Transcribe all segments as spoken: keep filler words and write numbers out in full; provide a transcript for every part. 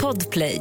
Podplay.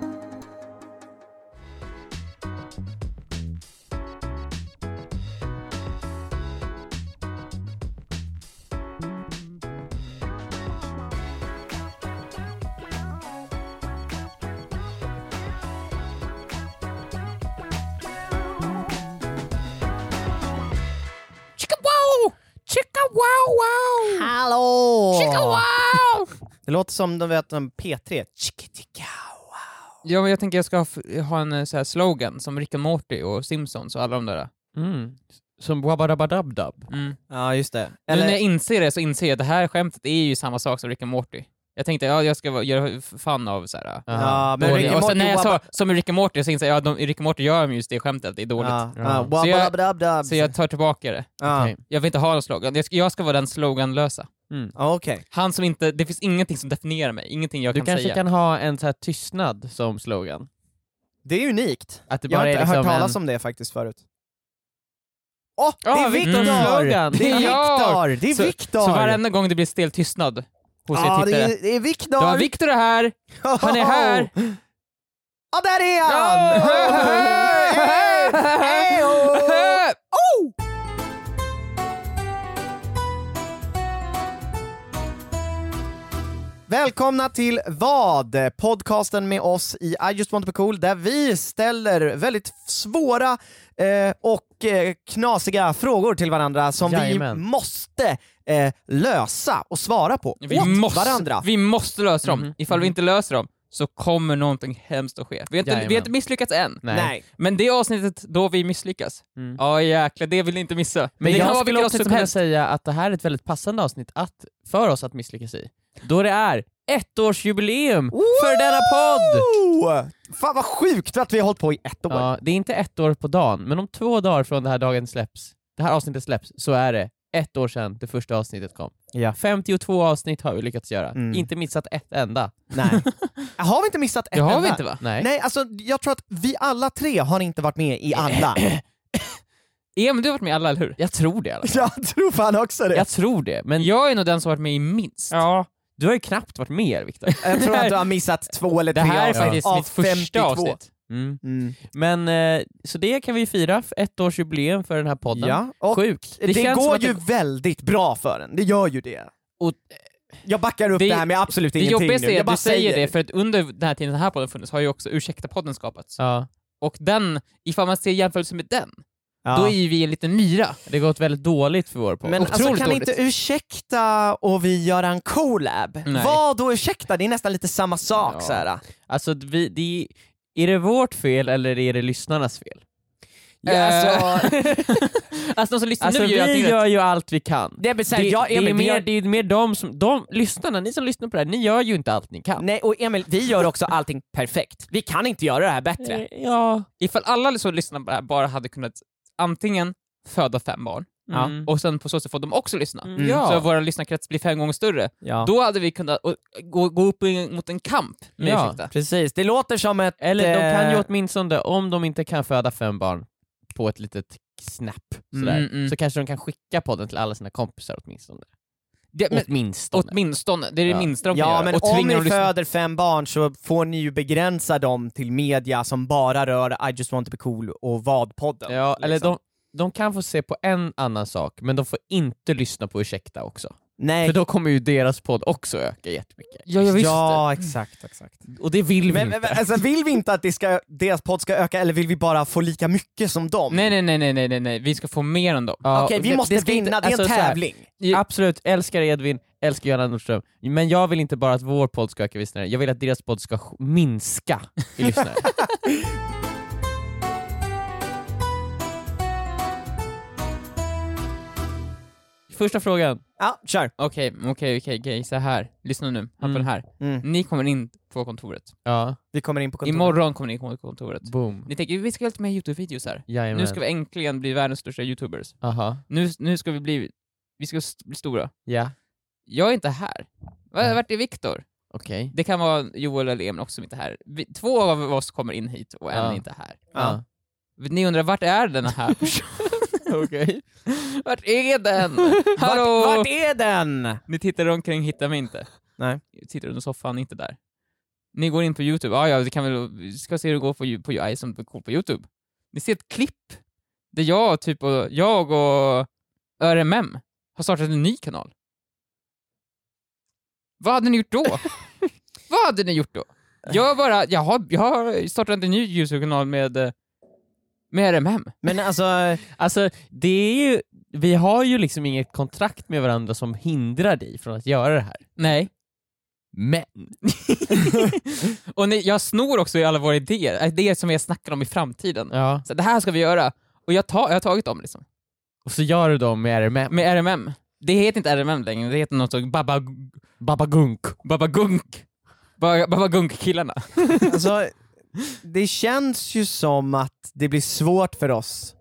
Wow, wow! Hallå! Chicka wow! Det låter som de vet om P tre. Chicka wow. Ja, men jag tänker jag ska ha, ha en så här slogan som Rick and Morty och Simpsons och alla de där. Mm. Som wabbadabadabdab. Mm. Ja, just det. Eller... Nu när jag inser det så inser jag att det här skämtet är ju samma sak som Rick and Morty. Jag tänkte, ja, jag ska göra fan av så här. Ja, men Rick and Morty, och sen när jag wabba... sa, som Rick and Morty, så inser jag, ja, de, Rick and Morty gör de just det skämtet, det är dåligt. Ja, ja. ja. Så, jag, så jag tar tillbaka det. Ja. Okay. Jag vill inte ha någon slogan. Jag ska, jag ska vara den sloganlösa. Mm. Okay. Han som inte, det finns ingenting som definierar mig, ingenting jag du kan säga. Du säga. kanske kan ha en så här tystnad som slogan. Det är unikt. Att det jag bara har inte är liksom hört talas en... om det faktiskt förut. Åh, oh, det oh, är Viktor! Mm. Det är Viktor! Det är så, Viktor! Så varenda gång det blir stel tystnad hos ja, er tittare. det är, det är Viktor! Ja, Viktor är här! Han är här! Ja, där är han! Hej! Oh! Välkomna till Vad? Podcasten med oss i I Just Want To Be Cool, där vi ställer väldigt svåra eh, och eh, knasiga frågor till varandra som Jajamän. vi måste eh, lösa och svara på vi åt måste, varandra. Vi måste lösa dem. Mm-hmm. Ifall vi inte löser dem så kommer någonting hemskt att ske. Vi har inte, vi har inte misslyckats än. Nej. Nej. Men det avsnittet då vi misslyckas, Mm. ja jäklar, det vill ni inte missa. Men, Men det kan jag vara skulle vilket också avsnitt som kunna helst. säga att det här är ett väldigt passande avsnitt att, för oss att misslyckas i. Då det är ettårsjubileum för denna podd! Fan vad sjukt att vi har hållit på i ett år. Ja, det är inte ett år på dagen, men om två dagar från det här dagen släpps, det här avsnittet släpps, så är det ett år sedan det första avsnittet kom. Ja. femtiotvå avsnitt har vi lyckats göra. Mm. Inte missat ett enda. Nej. Har vi inte missat ett Det har enda? vi inte, va? Nej. Nej, alltså jag tror att vi alla tre har inte varit med i alla. Emil, du har varit med i alla, eller hur? Jag tror det i alla fall. Jag tror fan också det. Jag tror det, men Jag är nog den som har varit med i minst. ja, du har ju knappt varit med, Viktor. Jag tror att du har missat två eller Det tre här är av, faktiskt av mitt första femtiotvå. avsnitt. Mm. Mm. Men, eh, så det kan vi fira, ett års jubileum för den här podden. Ja, och Sjukt. det, känns som går att ju det... väldigt bra för den, det gör ju det. Och, Jag backar upp det, Det- det här med absolut Det ingenting jobbigaste nu. är Jag att bara du säger det, för att under den här tiden den här podden funnits har ju också Ursäkta-podden skapats. ja, Och den, ifall man ser jämförelse med den, Ja. då är ju vi en liten myra. det har gått väldigt dåligt för vår podd. Men alltså, Otroligt kan dåligt. inte ursäkta och vi göra en collab? Nej. Vad då ursäkta? Det är nästan lite samma sak Ja. så här. Alltså, vi, det, är det vårt fel eller är det lyssnarnas fel? Ja, alltså, Alltså de som lyssnar Alltså nu vi gör allting gör rätt. ju allt vi kan. det är, Det, så här, jag, det, är Emil, vi mer, gör, det är mer de som, de lyssnarna, ni som lyssnar på det här, ni gör ju inte allt ni kan. nej, och Emil, vi gör också allting perfekt. Vi kan inte göra det här bättre. Eh, Ja. Ifall alla som lyssnar på det här bara hade kunnat antingen föda fem barn, Mm. och sen på så sätt får de också lyssna. Mm. Ja. Så vår lyssnarkrets blir fem gånger större. Ja. Då hade vi kunnat och, gå, gå upp i- mot en kamp med Ja. Ursäkta. Precis, det låter som ett... Eller de kan ju eh, åtminstone, om de inte kan föda fem barn på ett litet snap sådär, Mm, mm. så kanske de kan skicka podden till alla sina kompisar åtminstone. Det, men, Åtminstone. åtminstone, det är det Ja. minsta de kan Ja, göra. men och om tvinga ni dem att lyssna. föder fem barn så får ni ju begränsa dem till media som bara rör I Just Want To Be Cool och Vad-podden. Ja, eller liksom. de, de kan få se på en annan sak, men de får inte lyssna på Ursäkta också. Nej. För då kommer ju deras podd också öka jättemycket. Ja, jag visste. Ja, exakt, exakt. Och det vill vi Men, inte. men alltså, vill vi inte att det ska, deras podd ska öka, eller vill vi bara få lika mycket som dem? Nej, nej, nej, nej, nej, nej, nej, vi ska få mer än dem. Ja, Okej, vi det- måste det ska vinna, inte- det är en alltså, så här, tävling. Absolut, älskar Edvin, älskar Göran Nordström. Men jag vill inte bara att vår podd ska öka lyssnare, jag vill att deras podd ska sj- minska i lyssnare. Första frågan. Ja, kör. Okej, okej, okej, okej, så här. Lyssna nu, ha på Mm. den här. Mm. Ni kommer in på kontoret. Ja, Vi kommer in på kontoret. Imorgon kommer ni in på kontoret. boom. Ni tänker, vi ska göra lite mer YouTube-videos här. Jajamän. Nu ska vi äntligen bli världens största YouTubers. Aha. Nu, nu ska vi bli, vi ska st- bli stora. Ja, Jag är inte här. Va- Mm. Vart är Viktor? okej. Det kan vara Joel eller Emil också som inte är här. Vi, två av oss kommer in hit och en Ja. är inte här. Ja. Ni undrar, vart är den här personen? Okej. Vart är den? Hallå? Vart, vart är den? Ni tittar omkring, hittar mig inte. Nej. Jag tittar under soffan, inte där. Ni går in på YouTube, ja ja, det kan väl, vi ska se hur det går på, på, på, som på, på YouTube. Ni ser ett klipp där jag, typ, och, jag och Ö R M M har startat en ny kanal. Vad hade ni gjort då? Vad hade ni gjort då? Jag bara, jag har, jag har startat en ny YouTube-kanal med, med R M M. Men alltså, Alltså, det är ju, vi har ju liksom inget kontrakt med varandra som hindrar dig från att göra det här. Nej. Men Och ni, jag snor också i alla våra idéer, idéer som jag snackar om i framtiden. ja. Så det här ska vi göra. Och jag, ta, jag har tagit dem liksom. Och så gör du dem med R M M. Med R M M. Det heter inte R M M längre, det heter något sånt Baba, Baba Gunk. Baba Gunk. Baba, Baba Gunk-killarna. alltså, det känns ju som att det blir svårt för oss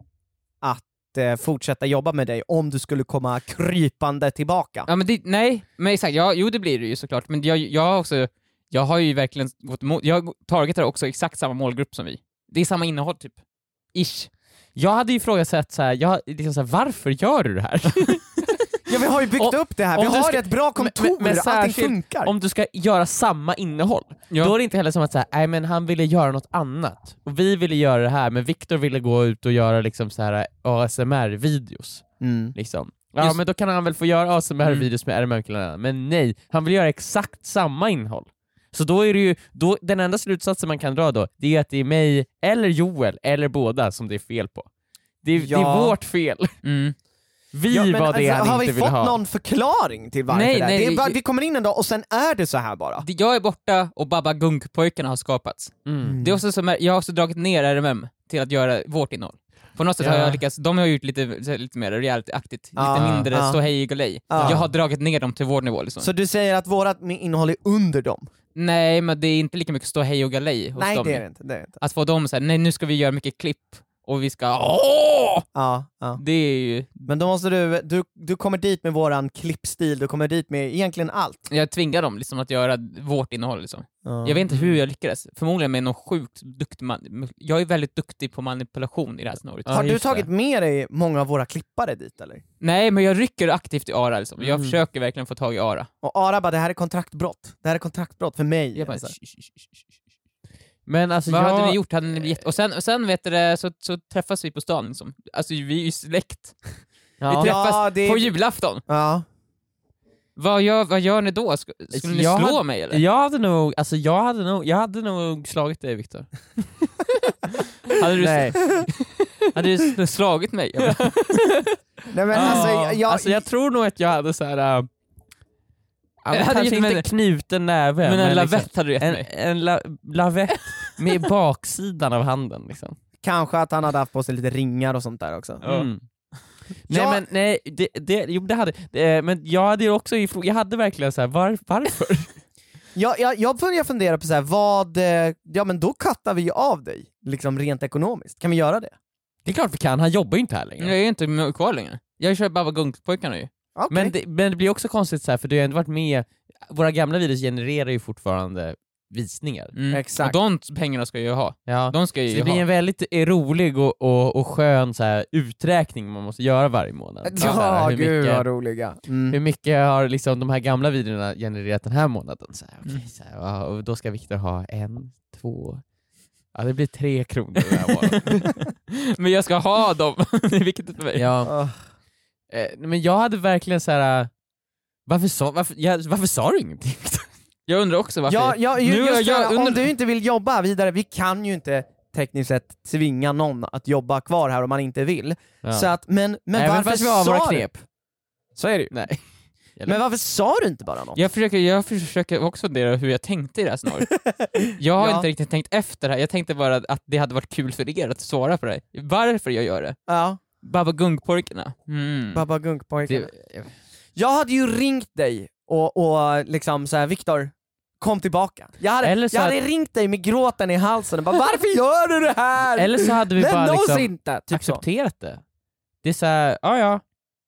att eh, fortsätta jobba med dig om du skulle komma krypande tillbaka. Ja men det, nej, men exakt, ja, jo det blir det ju såklart, men jag, jag har också, jag har ju verkligen gått emot, jag targetar också exakt samma målgrupp som vi. Det är samma innehåll typ. Ish. Jag hade ju ifrågasatt så här, jag, liksom så här, varför gör du det här? Ja, vi har ju byggt Om- upp det här, vi om du har ska- ett bra kontor, men- men allting särskilt funkar. Om du ska göra samma innehåll, Ja. då är det inte heller som att säga, nej men han ville göra något annat. Och vi ville göra det här, men Victor ville gå ut och göra liksom så här A S M R-videos. Mm. Liksom. Ja, Just- men då kan han väl få göra A S M R-videos med R M M-killarna. Men nej, han vill göra exakt samma innehåll. Så då är det ju, då, den enda slutsatsen man kan dra då, det är att det är mig, eller Joel, eller båda som det är fel på. Det är, Ja. det är vårt fel. Mm. Vi Ja, men var det alltså, han har inte vi ville fått ha. någon förklaring till varför Nej, det är? nej, det är bara, jag- vi kommer in en dag och sen är det så här bara. Det- Jag är borta och Baba Gunk-pojkarna har skapats. Mm. Det är också som, jag har också dragit ner R M M till att göra vårt innehåll. På något sätt Ja. har jag lyckats, de har gjort lite, lite mer reality-aktigt, Ja, lite mindre ja. ståhej och galej. Ja. Jag har dragit ner dem till vår nivå liksom. Så du säger att vårat innehåll är under dem? Nej, men det är inte lika mycket ståhej och galej hos Nej, dem. det är det inte. Det är det inte. Att få dem såhär, nej nu ska vi göra mycket klipp och vi ska, åh! Ja, ja. Det är ju, Men då måste du, du, du kommer dit med våran klippstil, du kommer dit med egentligen allt. jag tvingar dem liksom att göra vårt innehåll liksom. Ja. Jag vet inte hur jag lyckades, förmodligen med någon sjukt duktig man. Jag är väldigt duktig på manipulation i det här scenariot. Ja, Har du just tagit det. med dig många av våra klippare dit eller? Nej, men jag rycker aktivt i Ara liksom. Jag Mm. försöker verkligen få tag i Ara. Och Ara bara, det här är kontraktbrott. Det här är kontraktbrott för mig. Jag bara, Alltså. "Shh, shh, shh, shh, shh." Men alltså Vad jag... hade ni gjort? Hade ni blivit... Och sen, och sen vet du det, så, så träffas vi på stan liksom. Alltså vi är ju släkt. Ja. Vi träffas Ja, det- på julafton. Ja. Vad gör, vad gör ni då? Sk- Skulle ni Jag slå hade- mig eller? Jag hade nog, alltså jag hade nog, jag hade nog slagit dig Victor. Hade du, Nej. hade du slagit mig? eller? Nej men Ja, alltså, jag, jag, alltså jag tror nog att jag hade så här. Äh, ja, men Jag hade kanske gett mig inte en- knuten näve, Men en liksom, lavett hade du gett en, mig. en la, lavett med baksidan av handen liksom. kanske att han hade haft på sig lite ringar och sånt där också. Ja. Mm. Nej Jag- men nej, det, det, jo, det hade, det, men jag hade ju också, ifrå- jag hade verkligen så här, var, varför? Jag, jag, jag börjar fundera på så här, vad, eh, ja men då kattar vi ju av dig, liksom rent ekonomiskt. Kan vi göra det? Det är klart vi kan, han jobbar ju inte här längre. Jag är ju inte med- kvar längre. Jag kör Baba Gunk-pojkarna ju. Okej. Men, det, men det blir också konstigt så här, för du har ändå varit med, våra gamla videos genererar ju fortfarande visningar. Mm. Exakt. Och de pengarna ska jag ju ha. Ja. De ska jag Så ju det blir ha. en väldigt eh, rolig och, och, och skön så här, uträkning man måste göra varje månad. Så här, Ja, hur, gud mycket, vad roliga. Mm. hur mycket har liksom de här gamla videorna genererat den här månaden? Så här, okej, Mm. så här, ja, och då ska Victor ha en, två, ja det blir tre kronor den här månaden. Men jag ska ha dem. Det är viktigt för mig. Ja. Åh. Eh, men jag hade verkligen så här. äh, varför sa, varför, jag, varför sa du ingenting? Jag undrar också varför. Ja, ja, ju, Nu just är det, jag om under- du inte vill jobba vidare, vi kan ju inte tekniskt sett tvinga någon att jobba kvar här om man inte vill. Ja. Så att, men, men Även varför fast vi har våra sa du? knep. Så är det ju. Nej. Men varför sa du inte bara något? Jag försöker, jag försöker också fundera hur jag tänkte i det här snarare. Jag har Ja. inte riktigt tänkt efter det här. Jag tänkte bara att det hade varit kul för er att svara på det här. Varför jag gör det. Ja, Baba Gunk-pojkarna. Mm. Baba Gunk-pojkarna. Det, Jag hade ju ringt dig och, och liksom såhär, Victor, kom tillbaka. Jag hade, Eller så jag hade att- ringt dig med gråten i halsen och bara, varför gör du det här? eller så hade vi bara Lämna oss liksom inte! Typ så. accepterat det. Det är såhär, ja ja.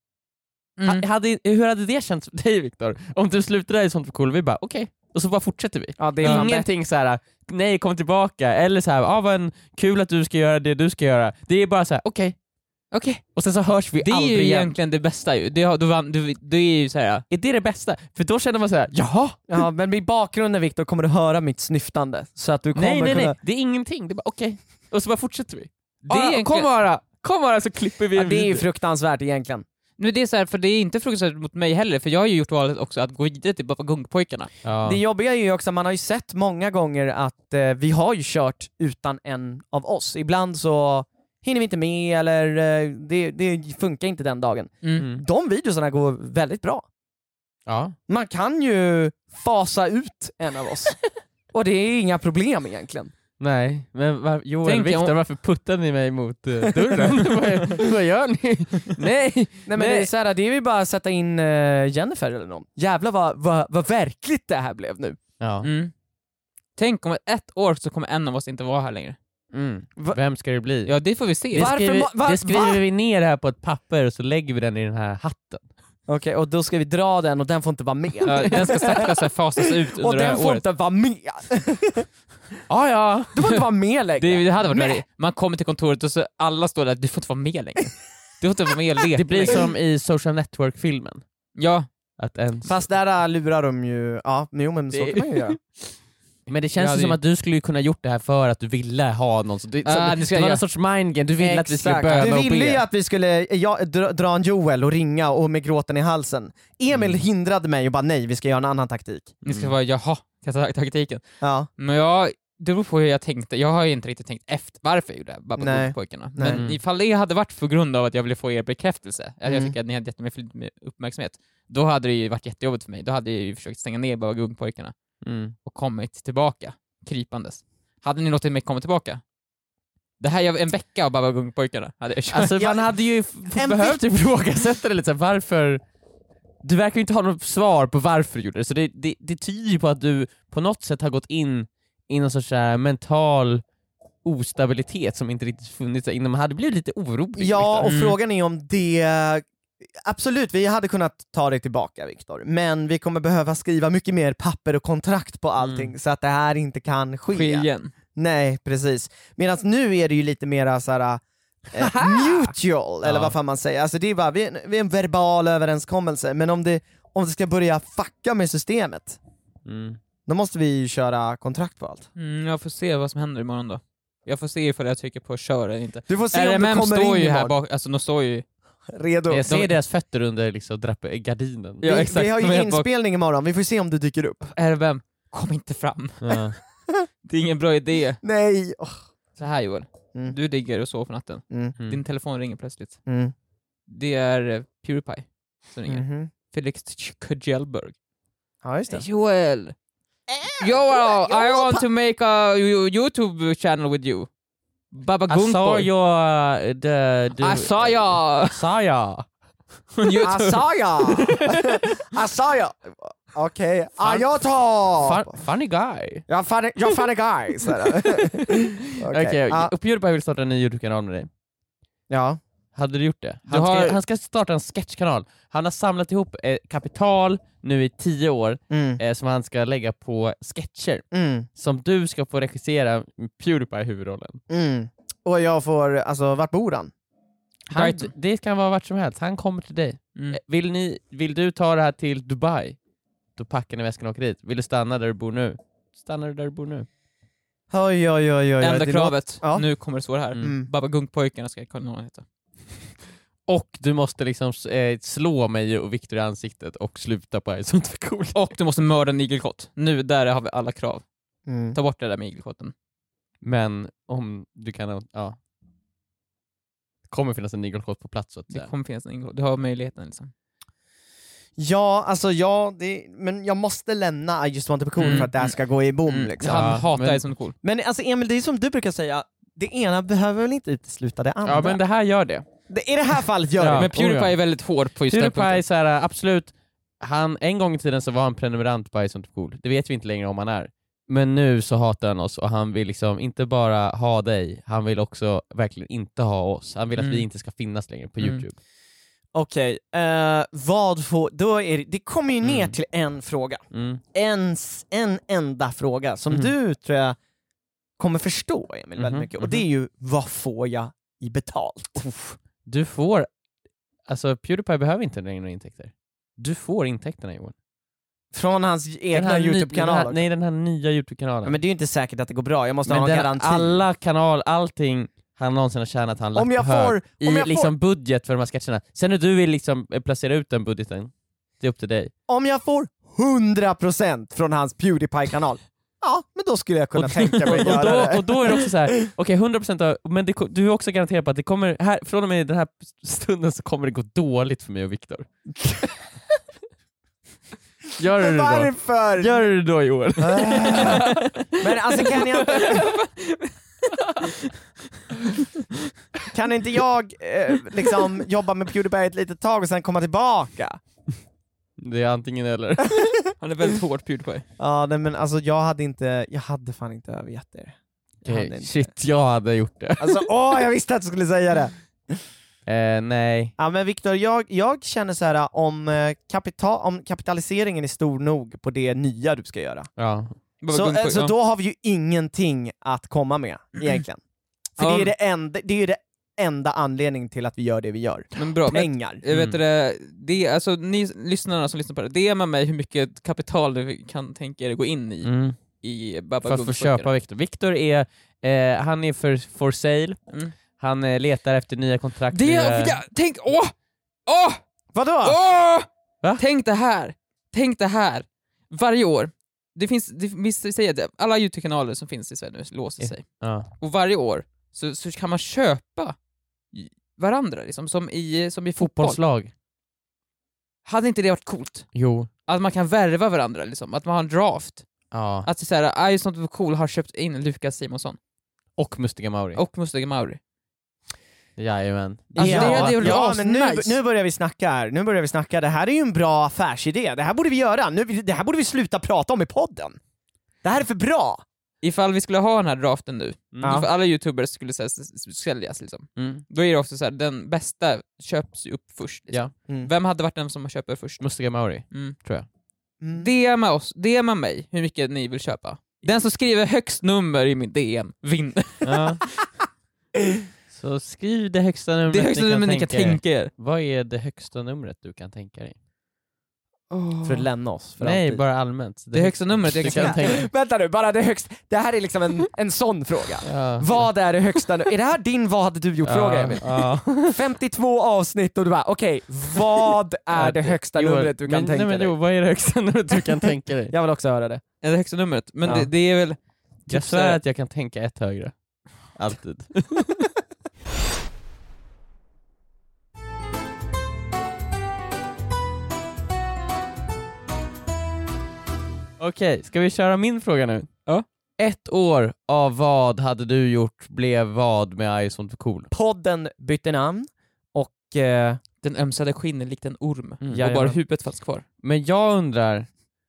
Mm. Ha- Hade, hur hade det känts för dig Victor? Om du slutade i sånt för cool, vi bara okej, och så bara fortsätter vi. Ja, det är fan bättre. Ingenting så här: nej kom tillbaka, eller så här, ah, vad en, kul att du ska göra det du ska göra. Det är bara så här: okej, Okej. Okay. Och sen så hörs vi det aldrig är ju igen. egentligen det bästa ju. Det, du vann, du, det är ju så här. Är det det bästa? För då känner man så här: jaha? Ja, men i bakgrunden Viktor kommer du höra mitt snyftande. Så att du kommer Nej, nej, kunna... nej. Det är ingenting. Det är bara okej. Okay. Och så bara fortsätter vi. Det är ah, egentligen... Kom bara! Kom bara så klipper vi Ja, en det är ju video. fruktansvärt egentligen. Nu det är så här, för det är inte fruktansvärt mot mig heller, för jag har ju gjort valet också att gå vidare till Baba Gung-pojkarna. Ja. Det jobbiga är ju också, man har ju sett många gånger att eh, vi har ju kört utan en av oss. Ibland så hinner vi inte med eller eh, det, det funkar inte den dagen. Mm. Mm. De videorna går väldigt bra. Ja. Man kan ju fasa ut en av oss. Och det är inga problem egentligen. Nej, men var, Joel, Tänk Victor, om- varför puttar ni mig mot uh, dörren? vad, vad gör ni? Nej, Nej men Nej. det är så här, det är ju bara att sätta in eh, Jennifer eller någon. Jävlar vad, vad, vad verkligt det här blev nu. Ja. Mm. Tänk om ett år så kommer en av oss inte vara här längre. Mm. Va- Vem ska det bli? Ja, det får vi se. det Varför skriver, må- va- det skriver va? vi ner här på ett papper och så lägger vi den i den här hatten. Okej, och då ska vi dra den och den får inte vara med. Ja, den ska sakta så här fasas ut under och det här den får året. inte vara med. Ah, ja, Du får inte vara med längre. Det, det hade varit Nej. värre. Man kommer till kontoret och så alla står där, du får inte vara med längre. Du får inte vara med och leka det blir längre. som i Social Network-filmen. Ja, Att en... Fast där äh, lurar de ju, ja men jo men så Det- kan man ju göra. Men det känns Ja, ju det- som att du skulle kunna gjort det här för att du ville ha någon. Så det, Ah, så, det ska det var jag- en sorts mind game, du ville att vi skulle Exakt. böna Du och ville ju be. att vi skulle ja, dra, dra en Joel och ringa och med gråten i halsen. Emil Mm. hindrade mig och bara nej, vi ska göra en annan taktik. ni ska Mm. vara jaha, ta- taktiken. Ja. Men jag, det beror på hur jag tänkte. Jag har ju inte riktigt tänkt efter varför jag gjorde det, Baba Nej. Gung-pojkarna. Nej. Men Mm. ifall det hade varit på grund av att jag ville få er bekräftelse, att jag Mm. tycker att ni hade gett mig för lite mer uppmärksamhet, då hade det ju varit jättejobbigt för mig. Då hade jag ju försökt stänga ner Baba Gung-pojkarna Mm. och kommit tillbaka, krypandes. Hade ni låtit mig komma tillbaka? Det här är en vecka av Baba Gung-pojkarna hade jag kört. Alltså Ja, man hade ju f- en behövt ifrågasätta det lite så här, varför... Du verkar ju inte ha något svar på varför du gjorde det, så det, det, det tyder ju på att du på något sätt har gått in i någon sorts så här mental ostabilitet som inte riktigt funnits där innan. Man hade blivit lite orolig. Ja, och Mm. frågan är om det... Absolut, vi hade kunnat ta det tillbaka Viktor, men vi kommer behöva skriva mycket mer papper och kontrakt på allting Mm. så att det här inte kan ske. Ske igen. Nej, precis. Medan nu är det ju lite mera såhär eh, mutual, eller Ja. vad fan man säger. Alltså det är bara, vi är, vi är en verbal överenskommelse, men om det, om det ska börja fucka med systemet, Mm. då måste vi ju köra kontrakt på allt. Mm, jag får se vad som händer imorgon då. Jag får se ifall jag trycker på kör eller inte. Du får se R om M du M kommer står in ju här imorgon. bak, alltså de står ju... Redo. Jag ser De- deras fötter under liksom, drapp- gardinen. Ja, vi, exakt. vi har De är ju helt bak- inspelning imorgon, vi får se om du dyker upp. R M M, kom inte fram. Ja. Det är ingen bra idé. Nej! Åh. Så här Joel, Mm. du ligger och sover på natten. Mm. Mm. Din telefon ringer plötsligt. Mm. Det är eh, Pewdiepie som ringer. Mhm. Felix Kjellberg. Ja just det. Joel! Joel, I want to make a you- YouTube channel with you. Baba I saw Gung-boy. your... The, the, I saw ya! I saw ya. on YouTube. Asaja! Asaja! Okej, ah, jag tar... Fun, funny guy. Jag är funny, jag är funny guy! så är det. Okej, Okej, okay, ah, och Pewdiepie vill starta en ny YouTube-kanal med dig. ja. Hade du gjort det? Du Han, har- ska, han ska starta en sketchkanal. Han har samlat ihop eh, kapital nu i tio år Mm. eh, som han ska lägga på sketcher. Mm. Som du ska få regissera med Pewdiepie i huvudrollen. Mm. Och jag får, alltså vart bor han? Han, Brighton. det kan vara vart som helst, han kommer till dig. Mm. Eh, Vill, ni, vill du ta det här till Dubai? Då packar ni väskan och åker dit. Vill du stanna där du bor nu? Stannar du där du bor nu? Oj oj oj oj. oj. Enda det kravet, Ja. nu kommer det stå det här. Mm. Mm. Baba Gung-pojkarna ska kanalen heta. Och du måste liksom eh, slå mig och Victor i ansiktet och sluta på det, sånt för coolt. Och du måste mörda en igelkott. Nu, där har vi alla krav. Mm. Ta bort det där med igelkotten. Men om du kan, ja. Det kommer finnas en igelkott på plats så att Det säga. kommer finnas en igelkott. Du har möjligheten liksom. Ja, alltså ja, det, men jag måste lämna I just want to be cool Mm. för att det här ska gå i boom Mm. liksom. Han Ja, hatar men- dig som är cool. Men alltså Emil, det är som du brukar säga, det ena behöver väl inte utesluta det andra? Ja men det här gör det. det, I det här fallet gör Ja. det. Men Pewdiepie oh ja. är väldigt hård på just den Pewdiepie är punkten. så här, absolut, han, en gång i tiden så var han prenumerant på I sånt cool. Det vet vi inte längre om han är. Men nu så hatar han oss och han vill liksom inte bara ha dig, han vill också verkligen inte ha oss. Han vill att Mm. vi inte ska finnas längre på Mm. YouTube. Okej, eh, vad får, då är det, det kommer ju ner Mm. till en fråga. Mm. En, s- en enda fråga som Mhm. du tror jag kommer förstå Emil väldigt Mhm, mycket, och mhm. det är ju vad får jag i betalt? Du får, alltså Pewdiepie behöver inte längre intäkter. Du får intäkterna, Johan. Från hans Den egna här ny- YouTube-kanal? den här- Nej, den här nya YouTube-kanalen. Ja, men det är ju inte säkert att det går bra, jag måste Men ha någon den, garanti. alla kanal, allting han någonsin har tjänat han lagt Om jag på hög får- i om jag får- liksom budget för de här sketcherna. Sen när du vill liksom placera ut den budgeten, det är upp till dig. Om jag får hundra procent från hans Pewdiepie-kanal, ja, men då skulle jag kunna tänka mig och, göra då, det. och då är det också så här, okej okay, hundra procent av, men det, du är också garanterad på att det kommer, här, från och med den här stunden så kommer det gå dåligt för mig och Viktor. Gör det Men då. varför? Gör det då, Joel. Men alltså kan jag inte... Kan inte jag eh, liksom jobba med Pewdiepie ett litet tag och sen komma tillbaka? Det är antingen eller. Han är väldigt hårt Pewdiepie. Ja, nej, men alltså jag hade inte, jag hade fan inte övergett er. Jag hade Okay, inte. shit, jag hade gjort det. Alltså åh, jag visste att du skulle säga det. Eh, nej. Ja men Viktor, jag, jag känner så här om, eh, kapital, om kapitaliseringen är stor nog på det nya du ska göra. Ja. Bara Så, gung på- eh, så ja. då har vi ju ingenting att komma med egentligen. För Ja. det är det enda, det är det enda anledningen till att vi gör det vi gör. Men bra, men Pengar. jag vet Mm. det, det är, alltså ni lyssnarna som lyssnar på det, det är med mig hur mycket kapital du kan tänka er gå in i, Mm. i Baba För att få Gungs köpa böcker. Viktor. Viktor är, eh, han är för for sale. Mm. Han eh, letar efter nya kontrakt. Det, nya... ja, tänk, åh! Åh! Vadå? Åh! Va? Tänk det här, tänk det här. Varje år, det finns, det, vi säger det, alla YouTube-kanaler som finns i Sverige nu låser sig. Ja. Och varje år så, så kan man köpa i- varandra, liksom, som i, som i fotboll. Fotbollslag. Hade inte det varit coolt? Jo. Att man kan värva varandra, liksom. Att man har en draft. Ja. Att så här, I just not cool har köpt in Lukas Simonsson Och Mustiga Mauri. och Mustafa Mauri. Jajamän. Alltså, ja, det- det är ju ja as- men nu, nice. nu börjar vi snacka här, nu börjar vi snacka. Det här är ju en bra affärsidé, det här borde vi göra. Nu, det här borde vi sluta prata om i podden. Det här är för bra. Ifall vi skulle ha den här draften nu, Mm. ifall alla youtubers skulle så här, s- s- säljas, liksom, Mm. då är det också så här, den bästa köps ju upp först. Liksom. Ja. Mm. Vem hade varit den som köper först? Mustiga Mauri, Mm. tror jag. Mm. D M oss, D M mig hur mycket ni vill köpa. Den som skriver högst nummer i min D M vinner. Ja. Så skriv det högsta numret Det är högsta ni kan nummer ni kan tänka er. tänka er. Vad är det högsta numret du kan tänka dig? För att lämna oss för Nej, alltid. bara allmänt. Det högsta numret jag du kan kan tänka. Vänta nu, bara det högst. Det här är liksom en, en sån fråga. Ja. Vad är det högsta nu? Är det här din vad hade du gjort-fråga, Ja, Emil? ja. femtiotvå avsnitt och du bara, okej, vad är det högsta Jo, numret du kan men, tänka nej, men, dig? Jo, vad är det högsta numret du kan tänka dig? Jag vill också höra det. Är det högsta numret? Men Ja. det, det är väl... Jag så här- svär att jag kan tänka ett högre. Alltid. Okej, ska vi köra min fråga nu? Ja. Ett år av vad hade du gjort blev vad med I Sånt för cool? Podden bytte namn och eh, Den ömsade skinnet likt en orm, Mm. och Jajamän. bara huvudet fanns kvar. Men jag undrar,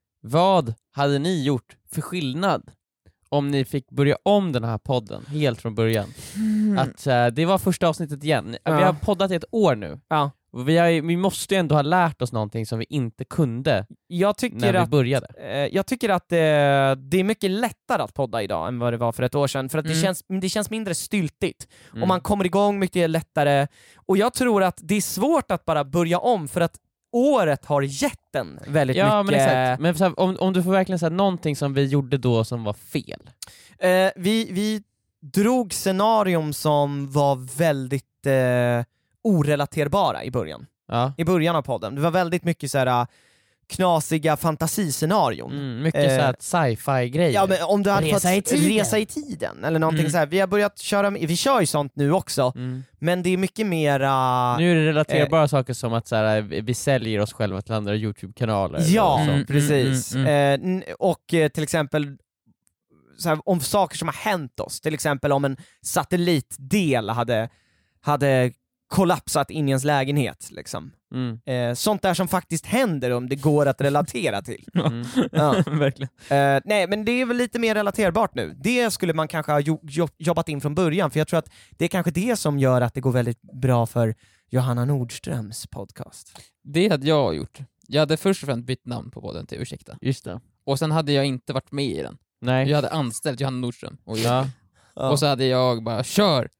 vad hade ni gjort för skillnad om ni fick börja om den här podden helt från början? Att eh, det var första avsnittet igen. Ja. Vi har poddat i ett år nu. ja. Och vi, har, vi måste ju ändå ha lärt oss någonting som vi inte kunde jag tycker när vi att började. eh, jag tycker att eh, det är mycket lättare att podda idag än vad det var för ett år sedan, för att det, Mm. känns, det känns mindre styltigt. Mm. Och man kommer igång mycket lättare. Och jag tror att det är svårt att bara börja om, för att året har gett en väldigt Ja, mycket... men exakt. Men så här, om, om du får verkligen säga någonting som vi gjorde då som var fel. Eh, vi, vi drog scenarion som var väldigt eh, orelaterbara i början. Ja. I början av podden. Det var väldigt mycket så här knasiga fantasiscenarion. Mm, mycket Eh, så här sci-fi-grejer. Ja, men om du hade Resa fått i tiden. resa i tiden eller någonting Mm. så här. Vi har börjat köra, vi kör ju sånt nu också, Mm. men det är mycket mera... Nu är det relaterbara saker som att så här, vi säljer oss själva till andra YouTube-kanaler. Ja, och så. Mm, precis. mm, Eh, n- och eh, till exempel så här, om saker som har hänt oss, till exempel om en satellitdel hade, hade kollapsat in i ens lägenhet. Liksom. Mm. Eh, sånt där som faktiskt händer, om det går att relatera till. Mm. Ja. Verkligen. Eh, nej, men det är väl lite mer relaterbart nu. Det skulle man kanske ha jo- jo- jobbat in från början, för jag tror att det är kanske det som gör att det går väldigt bra för Johanna Nordströms podcast. Det hade jag gjort. Jag hade först och främst bytt namn på podden till Ursäkta. Just det. Och sen hade jag inte varit med i den. Nej. Jag hade anställt Johanna Nordström. Och, Ja. Ja. och så hade jag bara, kör!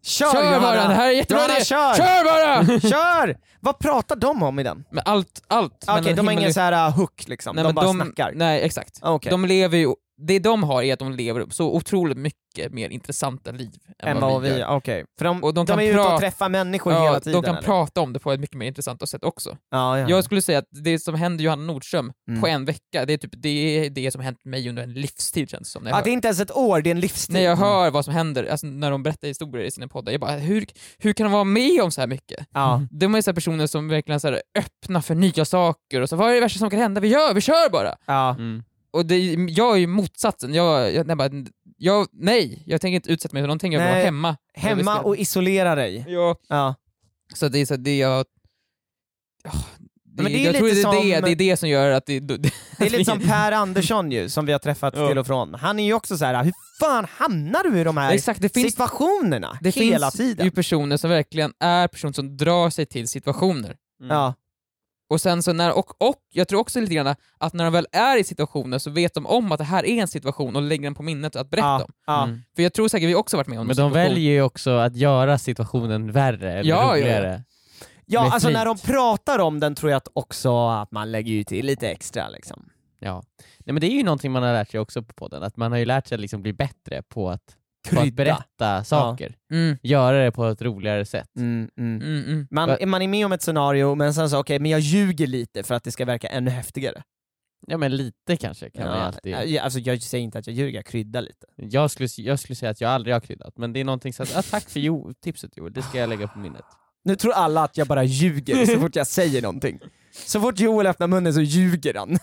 Kör, Kör Johanna. bara, det här är jättebra Johanna, idé. kör! Kör bara! Kör! Vad pratar de om i den? Men allt, allt. Okej, Men de har himmel- ingen så här uh, hook liksom, Nej, de men bara de, snackar. Nej, exakt. Okej. De lever ju, det de har är att de lever så otroligt mycket mer intressanta liv än, Än vad vad vi vi, gör. okej. För de, Och de de kan är ju ute och prata- träffar människor Ja, hela tiden. de kan eller? prata om det på ett mycket mer intressant sätt också. Ja, ja. Jag skulle säga att det som händer Johanna Nordström Mm. på en vecka, det är typ det, är det som hänt mig under en livstid, känns det som. När jag Ja, hör- det är inte ens ett år, det är en livstid. När jag hör vad som händer, alltså när de berättar historier i sina poddar, jag bara, hur, hur kan de vara med om så här mycket? Ja. De är så här personer som verkligen så här öppna för nya saker och så, vad är det värsta som kan hända? Vi gör, vi kör bara! Ja. Mm. Och det, jag är ju motsatsen, jag, jag, nej, bara, jag, nej, jag tänker inte utsätta mig för någonting, jag vill Nej. vara hemma. Jag vill Hemma spela. och isolera dig. Ja. Ja. Så det är så det jag... Ja, det, Men det är jag tror lite det är, som- det, det är det som gör att det... det Det är lite som Per Andersson ju, som vi har träffat Ja. till och från. Han är ju också så här: hur fan hamnar du i de här Exakt, det finns, situationerna det hela finns tiden? ju personer som verkligen är personer som drar sig till situationer. Mm. Ja. Och sen så när, och, och jag tror också lite grann att när de väl är i situationer så vet de om att det här är en situation och lägger den på minnet att berätta Ja. om. Ja. Mm. För jag tror säkert vi också varit med om Men en de situation. väljer ju också att göra situationen värre eller Ja, ja, ja. roligare. Ja, Med alltså flit. när de pratar om den tror jag att också att man lägger ju till lite extra liksom. Ja. Nej, men det är ju någonting man har lärt sig också på podden, att man har ju lärt sig att liksom bli bättre på att, på att Krydda. berätta saker. Mm, Göra det på ett roligare sätt. Mm, mm. mm, mm. Man, man är med om ett scenario men sen så okej, men jag ljuger lite för att det ska verka ännu häftigare. Ja, men lite kanske kan man ju alltid... Ja, alltså jag säger inte att jag ljuger, jag kryddar lite. Jag skulle, jag skulle säga att jag aldrig har kryddat, men det är någonting så att, ah, tack för jo, tipset Joel, det ska jag lägga på minnet. Nu tror alla att jag bara ljuger så fort jag säger någonting. Så fort Joel öppnar munnen så ljuger han.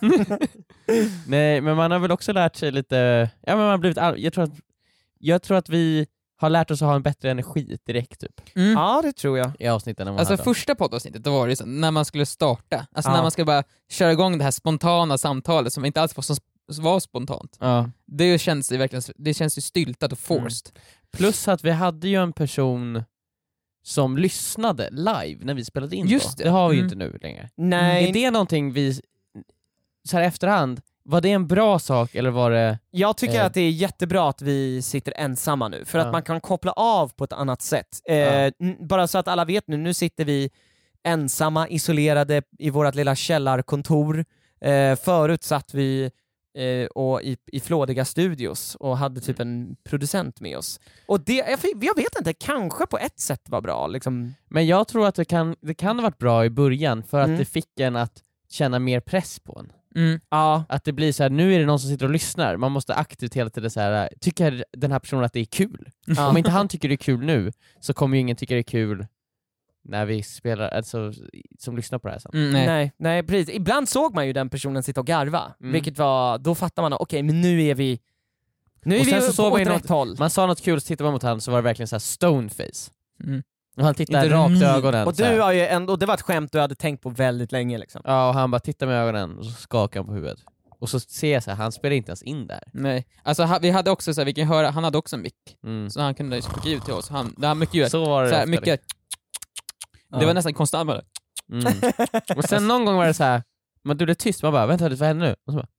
Nej, men man har väl också lärt sig lite, ja men man har blivit, all... jag, tror att, jag tror att vi har lärt oss att ha en bättre energi direkt typ, Mm. Ja, det tror jag. i avsnitten än vad Alltså man hade. första poddavsnittet, då var det så, när man skulle starta, alltså Ja. när man skulle bara köra igång det här spontana samtalet som inte alls var, så, var spontant. Ja. Det känns ju verkligen, det känns ju styltat och forced. Plus att vi hade ju en person som lyssnade live när vi spelade in. Just då. det. det har vi ju Mm. inte nu längre. Nej, Är det någonting vi, så här efterhand, var det en bra sak eller var det... jag tycker Eh. att det är jättebra att vi sitter ensamma nu, för Ja. att man kan koppla av på ett annat sätt. Eh, Ja. n- bara så att alla vet nu, nu sitter vi ensamma, isolerade i vårt lilla källarkontor. Eh, förut satt vi eh, och i, i flådiga studios och hade typ en producent med oss. Och det, jag, jag vet inte, kanske på ett sätt var bra. Liksom. Men jag tror att det kan, det kan ha varit bra i början för att Mm. det fick en att känna mer press på en. Mm. Ja. Att det blir så här, nu är det någon som sitter och lyssnar, man måste aktivt hela tiden så här, tycker den här personen att det är kul? Ja. Om inte han tycker det är kul nu, så kommer ju ingen tycka det är kul när vi spelar, alltså som lyssnar på det här sen. Mm, nej. Nej, nej, precis. Ibland såg man ju den personen sitta och garva, Mm. vilket var, då fattar man, okej, men nu är vi nu är Och vi sen så på såg man åt ju rätt håll. Man sa något kul, så tittar man mot honom så var det verkligen så här stoneface. Mm. Och han tittade Inte rakt i ny. ögonen. Och så här. du har ju ändå, det var ett skämt du hade tänkt på väldigt länge liksom. Ja, och han bara tittar med ögonen och så skakar han på huvudet. Och så ser jag så här, han spelar inte ens in där. Nej. Alltså ha, vi hade också så här, vi kan höra, han hade också en mick, Mm. så han kunde skicka ut till oss. Han, det var mycket, Så var det så här, ofta, mycket det var nästan konstant bara. Mm. Och sen någon gång var det så här, man blev tyst, man bara vänta, vad händer nu? Och, så bara,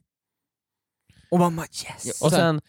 Och man bara yes! och sen,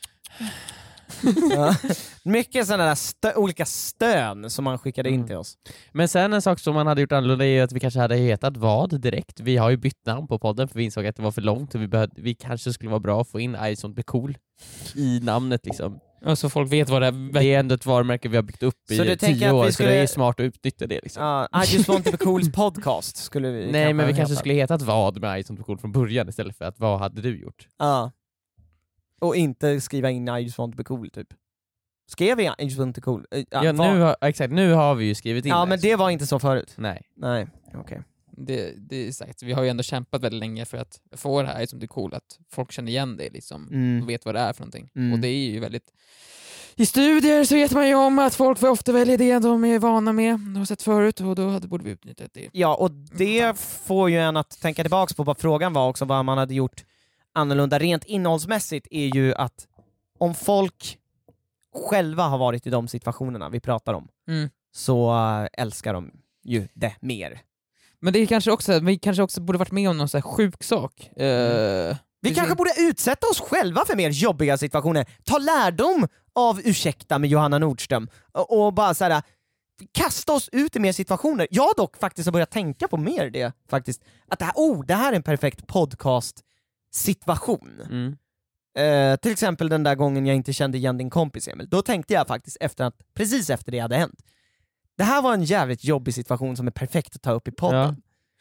Ja. Mycket sådana där stö- olika stön som man skickade in Mm. till oss. men sen en sak som man hade gjort annorlunda är ju att vi kanske hade hetat vad direkt. Vi har ju bytt namn på podden för vi insåg att det var för långt och vi, behövde, vi kanske skulle vara bra att få in I sånt blir cool i namnet liksom. Och så folk vet vad det är. Det är ändå ett varumärke vi har byggt upp Så du i tänker tio att år, vi så skulle- det är smart att utnyttja det liksom. Ja, I just want to be cools podcast skulle vi Nej, men vi kanske heta. skulle hetat vad med I sånt blir cool från början istället för att vad hade du gjort? Ja. Och inte skriva in I just want to be cool typ. Skrev vi I just want to be cool? Eh, Ja, vad- nu har, exakt, nu har vi ju skrivit in ja det. men det var inte så förut. Nej. Nej, okej. Det, det är sagt, vi har ju ändå kämpat väldigt länge för att få det här som det är cool, att folk känner igen det liksom, Mm. och vet vad det är för någonting. Mm. Och det är ju väldigt... I studier så vet man ju om att folk ofta väljer det de är vana med, de har sett förut, och då hade, borde vi utnyttjat det. Ja, och det får ju en att tänka tillbaks på vad frågan var också, vad man hade gjort annorlunda rent innehållsmässigt, är ju att om folk själva har varit i de situationerna vi pratar om, Mm. så äh, älskar de ju det mer. Men det är kanske också, vi kanske också borde varit med om någon sån här sjuk sak. Eh, Vi Precis. kanske borde utsätta oss själva för mer jobbiga situationer. Ta lärdom av Ursäkta med Johanna Nordström och, och bara så här, kasta oss ut i mer situationer. Jag dock faktiskt har börjat tänka på mer det faktiskt. Att det här, oh, det här är en perfekt podcast-situation. Mm. Uh, till exempel den där gången jag inte kände igen din kompis Emil. Då tänkte jag faktiskt efter att, precis efter det hade hänt. Det här var en jävligt jobbig situation som är perfekt att ta upp i podden. Ja.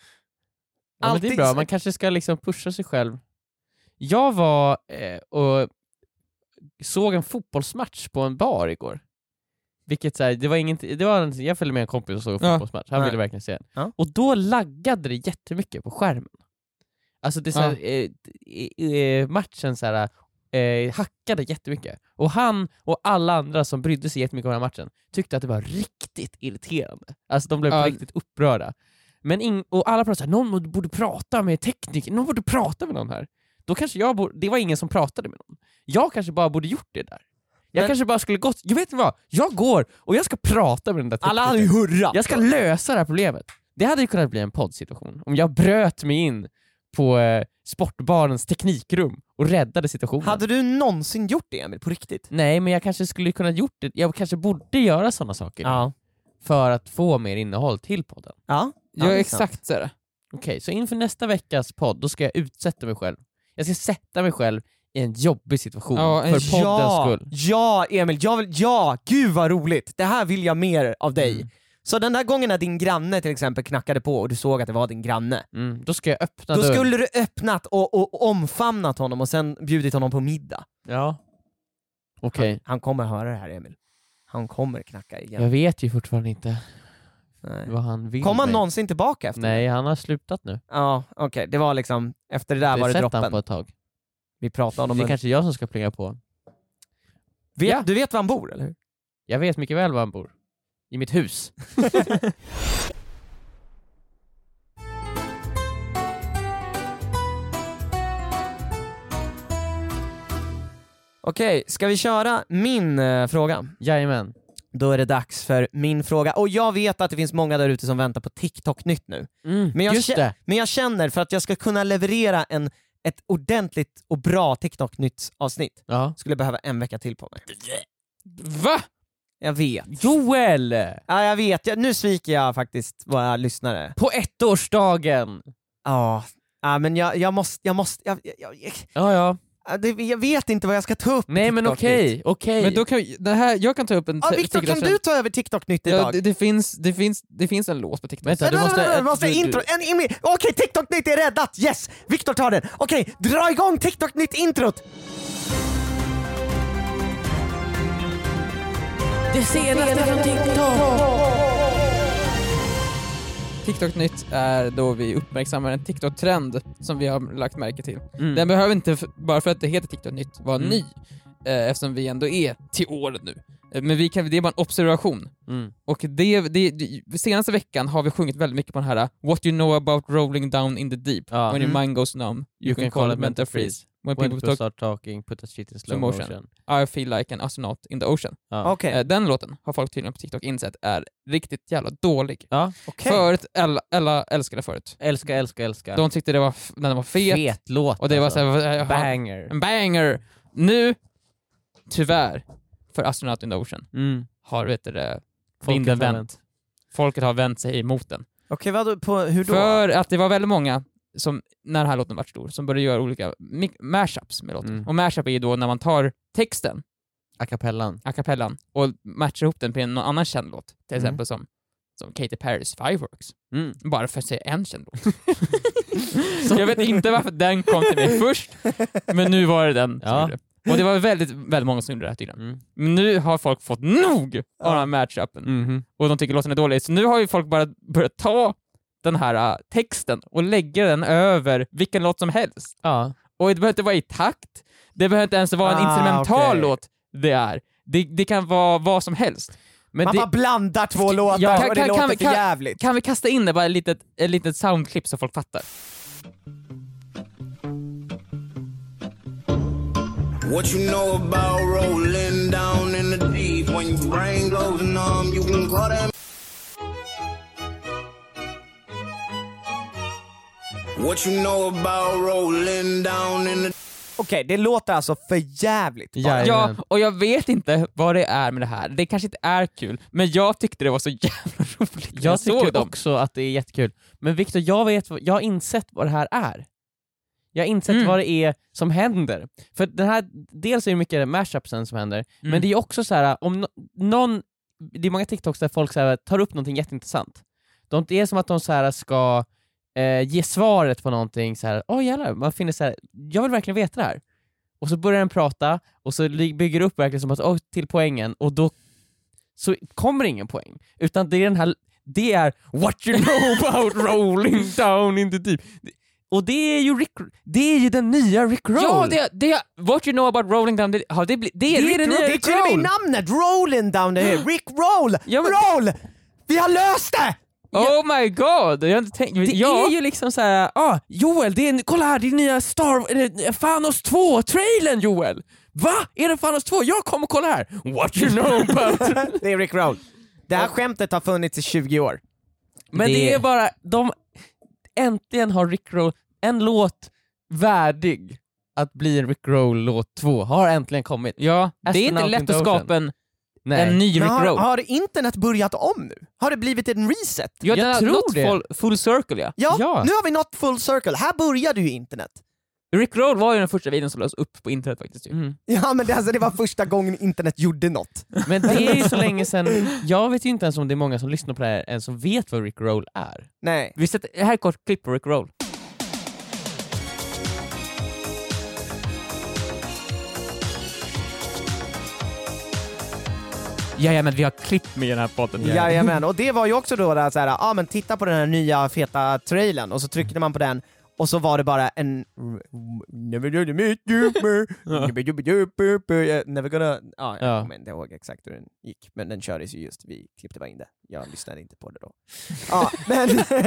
Ja, men det är bra, man kanske ska liksom pusha sig själv. Jag var eh, och såg en fotbollsmatch på en bar igår. Vilket så här, det var inget, det var en, jag följde med en kompis och såg en Ja. fotbollsmatch. Han Nej. ville verkligen se den. Ja. Och då laggade det jättemycket på skärmen. Alltså det är så här, eh, eh, matchen så här, eh, hackade jättemycket. Och han och alla andra som brydde sig jättemycket om den här matchen tyckte att det var riktigt irriterande. Alltså de blev Ja. riktigt upprörda. Men in, och alla pratade såhär, någon borde prata med tekniker, någon borde prata med någon här. Då kanske jag borde, det var ingen som pratade med någon. Jag kanske bara borde gjort det där. Jag Men- kanske bara skulle gått, jag vet inte vad, jag går och jag ska prata med den där teknikern. Alla hade ju hurrat. Jag ska lösa det här problemet. Det hade ju kunnat bli en poddsituation. Om jag bröt mig in på eh, sportbarens teknikrum och räddade situationen. Hade du någonsin gjort det Emil, på riktigt? Nej, men jag kanske skulle kunna gjort det. Jag kanske borde göra sådana saker Ja. för att få mer innehåll till podden. Ja, Jag är det exakt så här. Okej, så inför nästa veckas podd, då ska jag utsätta mig själv. Jag ska sätta mig själv i en jobbig situation Ja, en- för poddens ja, skull. Ja, Emil, jag vill, ja, gud vad roligt. Det här vill jag mer av dig. Mm. Så den där gången när din granne till exempel knackade på och du såg att det var din granne, Mm, då ska jag öppna då dörren. skulle du öppnat och, och, och omfamnat honom och sen bjudit honom på middag. Ja. Okej, Han, han kommer höra det här Emil. Han kommer knacka igen. jag vet ju fortfarande inte Nej. vad han vill. Kommer han mig. någonsin tillbaka efter Nej, han har slutat nu. Ja, okej. Det var liksom, efter det där Jag var har det sett han droppen. på ett tag. Vi pratade om Det är en... kanske jag som ska plinga på. vet, Ja. Du vet var han bor, eller hur? Jag vet mycket väl var han bor. I mitt hus. Okej, ska vi köra min eh, fråga? Jajamän. Då är det dags för min fråga. Och jag vet att det finns många där ute som väntar på TikTok-nytt nu. Mm, Men jag, just kä- det. men jag känner, för att jag ska kunna leverera en, ett ordentligt och bra TikTok-nytt-avsnitt, Ja. skulle jag behöva en vecka till på mig. Va? Jag vet. Joel! Ja, jag vet. Jag, nu sviker jag faktiskt våra lyssnare. På ettårsdagen! Ja, ja men jag, jag måste... Jag, måste jag, jag, jag, Ja, ja. jag, det, jag vet inte vad jag ska ta upp. på Nej men TikTok-nytt. okej, okej. Men då kan vi- det här, jag kan ta upp en Ja, t- Viktor, kan TikTok-trend. du ta över TikTok-nytt idag? Ja, det, det, finns, det, finns, det finns en lås på TikTok. Vänta, du Vänta, måste... vänta, vänta, måste du- du- intro, en, in, okej, TikTok-nytt är räddat, yes! Viktor tar den, okej, dra igång TikTok-nytt-introt! Det senaste från TikTok! TikTok-nytt är då vi uppmärksammar en TikTok-trend som vi har lagt märke till. Mm. Den behöver inte, f- bara för att det heter TikTok-nytt, vara Mm. ny, eh, eftersom vi ändå är till året nu. Eh, men vi kan, det är bara en observation. Mm. Och det, det, det, senaste veckan har vi sjungit väldigt mycket på den här What you know about rolling down in the deep. Ja. When your Mm. mind goes numb, you, can, call it mental freeze. When When people people talk, start talking, put a shit in slow Slow motion. motion. I feel like an astronaut in the ocean. Ja. Okej, Eh, den låten har folk tydligen på TikTok insett är riktigt jävla dålig. ja. okej. Förut, alla, alla älskade förut. Älskar, älskar, älskar. De tyckte det var, f- den var fet, Fet låt och det var alltså. såhär, jaha, Banger. en banger. Nu, tyvärr, för Astronaut in the Ocean, Mm. har vet du, det, Folket vinden har vänt. Folket har vänt sig emot den. Okej, vad på, hur då? För att det var väldigt många som, när den här låten var stor, som började göra olika mi- mashups med låten. Mm. Och mashup är ju då när man tar texten, A cappellan. a cappellan, och matchar ihop den på en någon annan känd låt. Till Mm. exempel som, som Katy Perrys Fireworks. Mm. Bara för att säga en känd låt. Jag vet inte varför den kom till mig först, men nu var det den som Ja. gjorde det. Och det var väldigt, väldigt många som gjorde det här tydligen. Mm. Men nu har folk fått nog av Ja. den här matchupen. Mhm. Och de tycker låten är dålig. Så nu har ju folk bara börjat ta den här äh, texten och lägga den över vilken låt som helst. Ja. Och det behöver inte vara i takt. Det behöver inte ens vara en Ah, instrumental okej. låt det är. Det, det kan vara vad som helst. Men Man det, bara blandar två låtar Ja, kan- och det kan- låter kan vi- för kan- jävligt. kan vi kasta in det bara ett litet, ett litet soundklipp så folk fattar? What you know about rolling down in the deep? When your brain goes numb, you can call that. What you know about rolling down in the... Okej, det låter alltså för jävligt. bara. Ja, Ja, och jag vet inte vad det är med det här. Det kanske inte är kul, men jag tyckte det var så jävla roligt. när Jag såg tycker dem. också att det är jättekul. Men Victor, jag, vet, jag har insett vad det här är. Jag har insett Mm. vad det är som händer. För den här, dels är det mycket mashupsen som händer, Mm. men det är också så här, om no, någon, det är många TikToks där folk så här, tar upp någonting jätteintressant. De, det är som att de så här, ska eh, ge svaret på någonting så här. Åh jävlar, man finner så här, jag vill verkligen veta det här. Och så börjar den prata, och så bygger det upp verkligen som att, åh, till poängen, och då så kommer ingen poäng. Utan det är den här, det är what you know about rolling down in the deep. Och det är ju Rick, det är ju den nya Rick Roll. Ja, det, det, what you know about rolling down, det, ja, det, bli- det är Det är Rick den Roll. nya Det är Rick till och med Roll. namnet, Rolling Down the Hill. Rick Roll! Ja, men- Roll! Vi har löst det! Oh my god, jag har inte tänkt... Det ja. är ju liksom så här, ah, Joel, det är, kolla här, det är nya Star, eh, Thanos två-trailern Joel! Va? Är det Thanos två? Jag kommer kolla här! What you know about... Det är Rick Roll. Det här skämtet har funnits i tjugo år. Men det... Det- är bara, de, äntligen har Rick Roll en låt värdig att bli en Rick Roll-låt två, har äntligen kommit. Ja, det är inte Astronaut lätt into att Ocean. skapa en, Nej. en ny Men Rick har, Roll. har internet börjat om nu? Har det blivit en reset? Ja, jag den har tror nått det. Full, full circle, ja. Ja, Ja. nu har vi nått full circle. Här började ju internet. Rick Roll var ju den första videon som lades upp på internet faktiskt. Ju. Mm. Ja, men det, alltså, det var första gången internet gjorde något. Men det är ju så länge sedan, jag vet ju inte ens om det är många som lyssnar på det här än som vet vad Rick Roll är. Nej. Vi sätter, här är ett kort klipp på Rick Roll. Ja, men vi har klipp med i den här podden. Jajamän, och det var ju också då där, så här, ah, men titta på den här nya feta trailern, och så tryckte man på den, och så var det bara en... Never gonna meet you, never gonna... Ja, jag Ja. kommer inte ihåg exakt hur den gick, men den kördes ju just, vi klippte bara in det. Jag lyssnade inte på det då. Ja, men...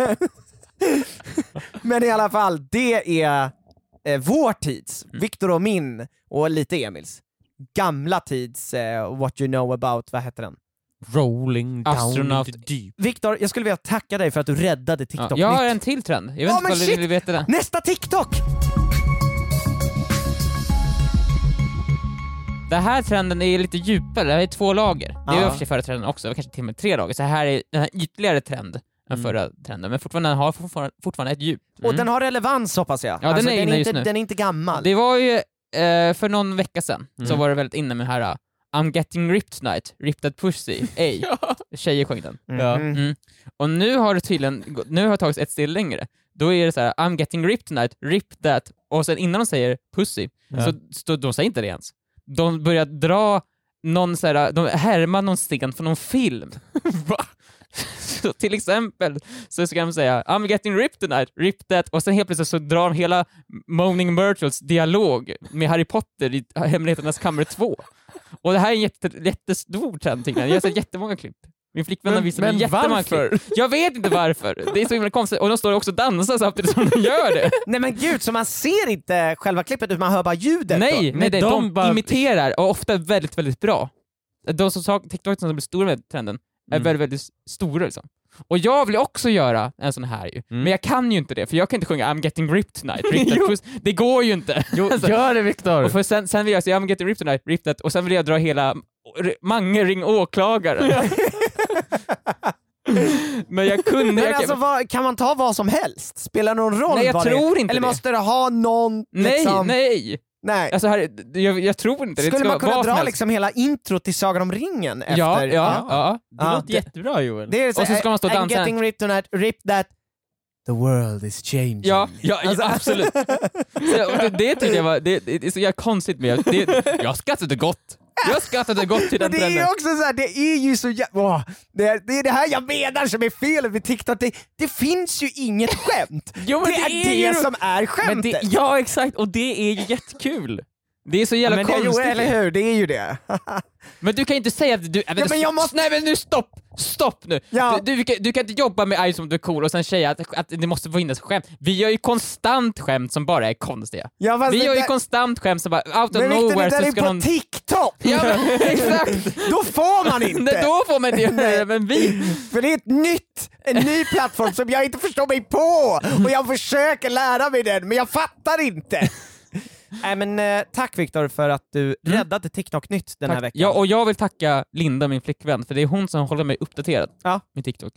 men i alla fall, det är eh, vår tids, Victor och min, och lite Emils, gamla tids eh, What You Know About, vad heter den? Rolling down Astronaut. in the deep. Victor, jag skulle vilja tacka dig för att du räddade TikTok Ja, jag har nytt. en till trend. Jag vet Ja, inte men om du shit! vill veta det. Nästa TikTok! Den här trenden är lite djupare, det här är två lager. Det är ju Ja. i och för sig förra trenden också, kanske till och med tre lager. Så här är den här ytligare trend än Mm. förra trenden, men fortfarande den har fortfarande, fortfarande ett djup. Och den har relevans, hoppas jag. Ja, den alltså, är den, inne är just inte, nu. den är inte gammal. Det var ju eh, för någon vecka sedan så Mm. var det väldigt inne med den här uh, I'm getting ripped tonight, ripped that pussy, ej. Tjejer sjöng den. Mhm. Ja. Mm. Och nu har det tydligen, gå- nu har det tagits ett steg längre. Då är det så här: I'm getting ripped tonight, rip that, och sen innan de säger pussy, Ja. så, så de säger inte det ens. De börjar dra någon så här, de härmar någon scen från någon film. Va? Så till exempel så ska de säga I'm getting ripped tonight, rip that, och sen helt plötsligt så drar de hela Moaning Myrtles dialog med Harry Potter i Hemligheternas kammare två. Och det här är en jätte, jättestor trend, tycker jag. Jag har sett jättemånga klipp. Min flickvän har Men- visat mig men jättemånga varför? klipp. Jag vet inte varför. Det är så himla konstigt. Och de står också och dansar samtidigt som de gör det. Nej men gud, så man ser inte själva klippet utan man hör bara ljudet? Nej, då? nej, Men nej, de de, bara- imiterar, och ofta väldigt, väldigt bra. De som sa TikTok som blir stora med trenden är Mm. väldigt, väldigt stora liksom. Och jag vill också göra en sån här ju, Mm. men jag kan ju inte det, för jag kan inte sjunga I'm getting ripped tonight, ripped that Jo. puss. Det går ju inte. Jo, Alltså, gör det Victor! och för sen, sen vill jag säga I'm getting ripped tonight, ripped that, och sen vill jag dra hela Mange ring åklagare. Men jag kunde... Men jag, alltså, vad, kan man ta vad som helst? Spelar det någon roll Nej, jag vad det är? tror inte Eller det. måste det ha någon... nej, liksom, nej! nej. Alltså här, jag, jag tror inte det. Skulle det man ska kunna vara vad som dra helst. liksom hela intro till Sagan om ringen efter? Ja, ja, ja. Det Ja, låter det- jättebra Joel. Det är Och så ska man stå och I'm dansa. getting ripped tonight, rip that, the world is changing. Ja, ja, ja Alltså- absolut. Så, och det, det tyckte jag var, det, det är så jävla konstigt med det, jag skrattade gott. Jag skrattade gott till Men den det är ju trenden. också så här, det är ju så jä- åh, det, är, det är det här jag menar som är felet med TikTok, det, det finns ju inget skämt. Jo, men det, är det, ju- som är Men skämtet. det, ja exakt, och det är ju jättekul. Det är så jävla men det, jo, konstigt. eller hur, det är ju det. Men du kan ju inte säga att du... Äh, Ja, men jag måste- Nej men nu stopp! Stopp nu! Ja. Du, du, kan, du kan inte jobba med I som du är cool och sen säga att, att det måste finnas skämt. Vi gör ju konstant skämt som bara är konstiga. Ja, fast Vi det gör ju där- konstant skämt som bara out of Men Victor, nowhere det där så är ska på någon... TikTok! TikTok! Ja, men, exakt! Då får man inte! Nej, då får man inte göra det, men vi... För det är ett nytt, en ny plattform som jag inte förstår mig på och jag försöker lära mig den, men jag fattar inte. Nej men eh, tack Viktor för att du Mm. räddade TikTok-nytt den här Tack. veckan. Ja, och jag vill tacka Linda, min flickvän, för det är hon som håller mig uppdaterad Ja. med TikTok.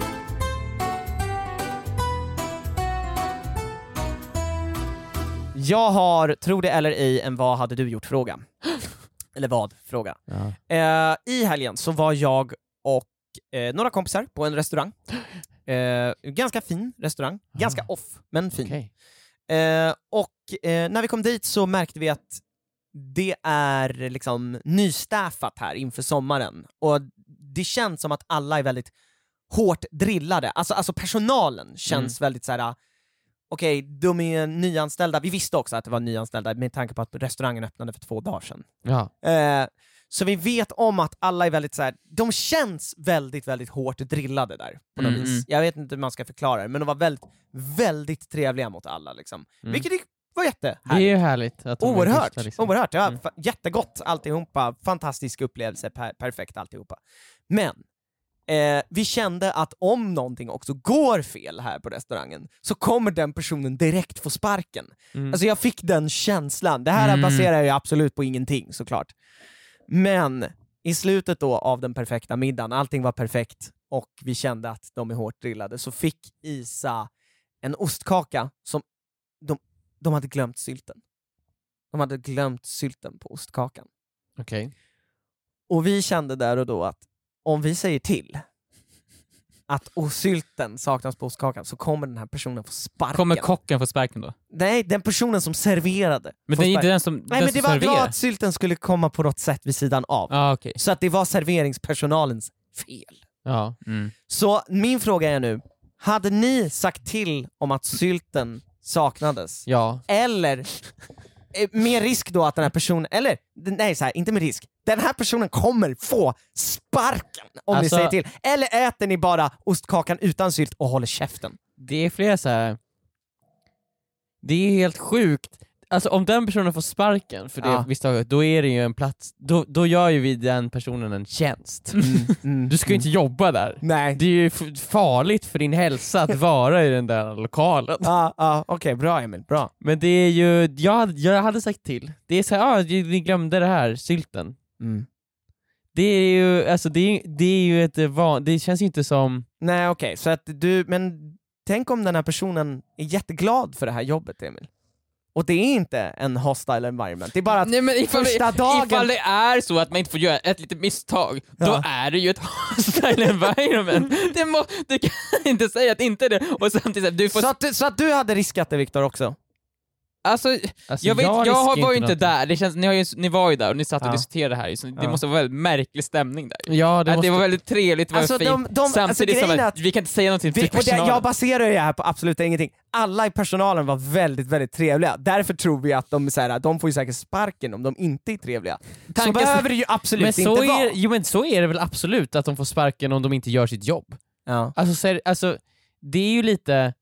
Jag har, tro det eller ej, en vad hade du gjort-fråga. Eller vad-fråga. Ja. Eh, I helgen så var jag och eh, några kompisar på en restaurang. Eh, ganska fin restaurang. Ganska off, men fin. Okej. Eh, och eh, när vi kom dit så märkte vi att det är liksom nystaffat här inför sommaren. Och det känns som att alla är väldigt hårt drillade. Alltså, alltså personalen känns Mm. väldigt så här. Okej, de är nyanställda. Vi visste också att det var nyanställda med tanke på att restaurangen öppnade för två dagar sedan. Ja. Eh, så vi vet om att alla är väldigt så här. De känns väldigt, väldigt hårt drillade där på något Mm, vis. mm. Jag vet inte hur man ska förklara det, men de var väldigt, väldigt trevliga mot alla liksom. Mm. Vilket var jättehärligt. Det är ju härligt att de är Oerhört, schyssta, liksom. oerhört. Ja, Mm. fa- jättegott alltihopa, fantastisk upplevelse, per- perfekt alltihopa. Men eh, vi kände att om någonting också går fel här på restaurangen så kommer den personen direkt få sparken. Mm. Alltså jag fick den känslan. Det här Mm. baserar ju absolut på ingenting såklart. Men i slutet då av den perfekta middagen, allting var perfekt och vi kände att de är hårt drillade, så fick Isa en ostkaka som de, de hade glömt sylten. De hade glömt sylten på ostkakan. Okej. Och vi kände där och då att om vi säger till att sylten saknas på ostkakan så kommer den här personen få sparken. Kommer kocken få sparken då? Nej, den personen som serverade. Men får det är inte sparken. den som, Nej, den men som det var, det var serverar? att sylten skulle komma på något sätt vid sidan av. Ja, ah, okej. Så att det var serveringspersonalens fel. Ja. Mm. Så min fråga är nu, hade ni sagt till om att sylten saknades? Ja. Eller eh, med risk då att den här personen, eller nej så här, inte med risk, den här personen kommer få sparken om Alltså- ni säger till. Eller äter ni bara ostkakan utan sylt och håller käften? Det är flera så här. Det är helt sjukt. Alltså om den personen får sparken för det Ja. misstaget, då är det ju en plats, då, då gör ju vi den personen en tjänst. Mm. Du ska ju inte jobba där. Nej. Det är ju f- farligt för din hälsa att vara i den där lokalen. Ja, ja, okej, bra Emil, bra. Men det är ju, jag hade, jag hade sagt till. Det är så här, ah, ni glömde det här, sylten. Mm. Det är ju, alltså det är, det är ju ett van, det känns ju inte som... Nej okej, så att du, men tänk om den här personen är jätteglad för det här jobbet Emil. Och det är inte en hostile environment, det är bara att Nej, men ifall, första det, dagen... ifall det är så att man inte får göra ett litet misstag, Ja. då är det ju ett hostile environment. Det må, du kan inte säga att inte är det, och samtidigt du får... så, att du, så att du hade riskat det Viktor också? Alltså, Alltså, jag vet, jag, riskar var ju inte någonting. där, det känns, ni, har ju, ni var ju där och ni satt och Ja. diskuterade här, så det Ja. måste vara väldigt märklig stämning där. Ja, det Det, måste... det var väldigt trevligt, det var Alltså, fint, de- de- alltså, samtidigt som grejen är att att- vi kan inte säga någonting till Vi, och det, personalen. jag baserar ju det här på absolut ingenting. Alla i personalen var väldigt, väldigt trevliga. Därför tror vi att de, så här, de får ju säkert sparken om de inte är trevliga. Så Tanken- behöver det ju absolut men så inte vara. är, jo men så är det väl absolut, att de får sparken om de inte gör sitt jobb. Ja. Alltså, så är, alltså det är ju lite...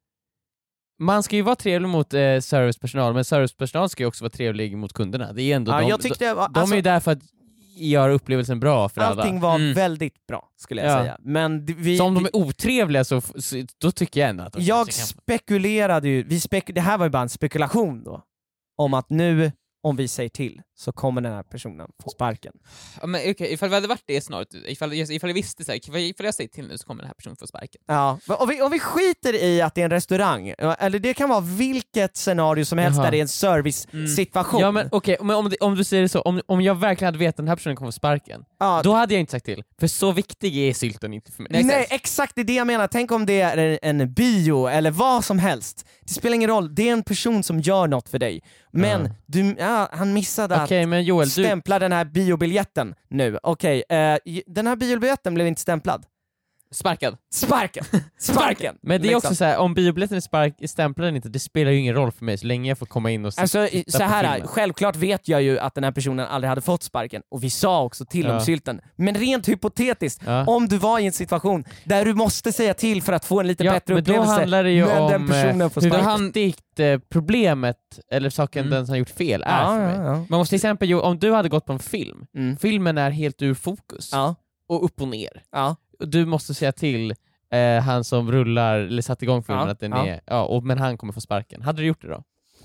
Man ska ju vara trevlig mot eh, servicepersonal, men servicepersonal ska ju också vara trevlig mot kunderna. Det är ändå Ja, de, jag tyckte, de, de alltså, är ju där för att göra upplevelsen bra för allting alla. var Mm. väldigt bra, skulle jag Ja. säga. Men d- vi, Så om de vi, är otrevliga så, så då tycker jag ändå att de jag kanske kan... spekulerade ju, vi spek, det här var ju bara en spekulation då, om att nu, om vi säger till, så kommer den här personen få sparken. Ja, men okej, ifall vi hade varit det snart, ifall, ifall jag visste så här, ifall, ifall jag säger till nu så kommer den här personen få sparken. Ja, och vi, och vi skiter i att det är en restaurang, eller det kan vara vilket scenario som helst Jaha. där det är en service-situation. Ja men okej, men om, det- om du säger det så, om, om jag verkligen hade vetat att den här personen kommer få sparken, Ja, då hade jag inte sagt till. För så viktig är sylten inte för mig. Nej, Nej, exakt. exakt det är det jag menar. Tänk om det är en, en bio eller vad som helst. Det spelar ingen roll, det är en person som gör något för dig. Men Ja. du, ja, han missade Okej, men Joel, att du... stämpla den här biobiljetten nu. Okej, eh, den här biobiljetten blev inte stämplad. Sparkad. Sparken! Sparken! Men det är liksom. också så här, om biobiljetten är spark, stämplad eller inte, det spelar ju ingen roll för mig så länge jag får komma in och s- Alltså titta så på här, filmen. självklart vet jag ju att den här personen aldrig hade fått sparken, och vi sa också till Ja. om sylten. Men rent hypotetiskt, Ja. om du var i en situation där du måste säga till för att få en lite Ja, bättre men då upplevelse, handlar det ju men om den personen eh, får hur sparken. viktigt eh, problemet, eller saken Mm. den som har gjort fel är Ja, för mig. ja, ja. Man måste Till exempel ju, om du hade gått på en film, Mm. filmen är helt ur fokus, Ja, och upp och ner. ja. Och du måste säga till eh, han som rullar, eller satt igång filmen Ja, att den ja. är, ja, och, men han kommer få sparken. Hade du gjort det då?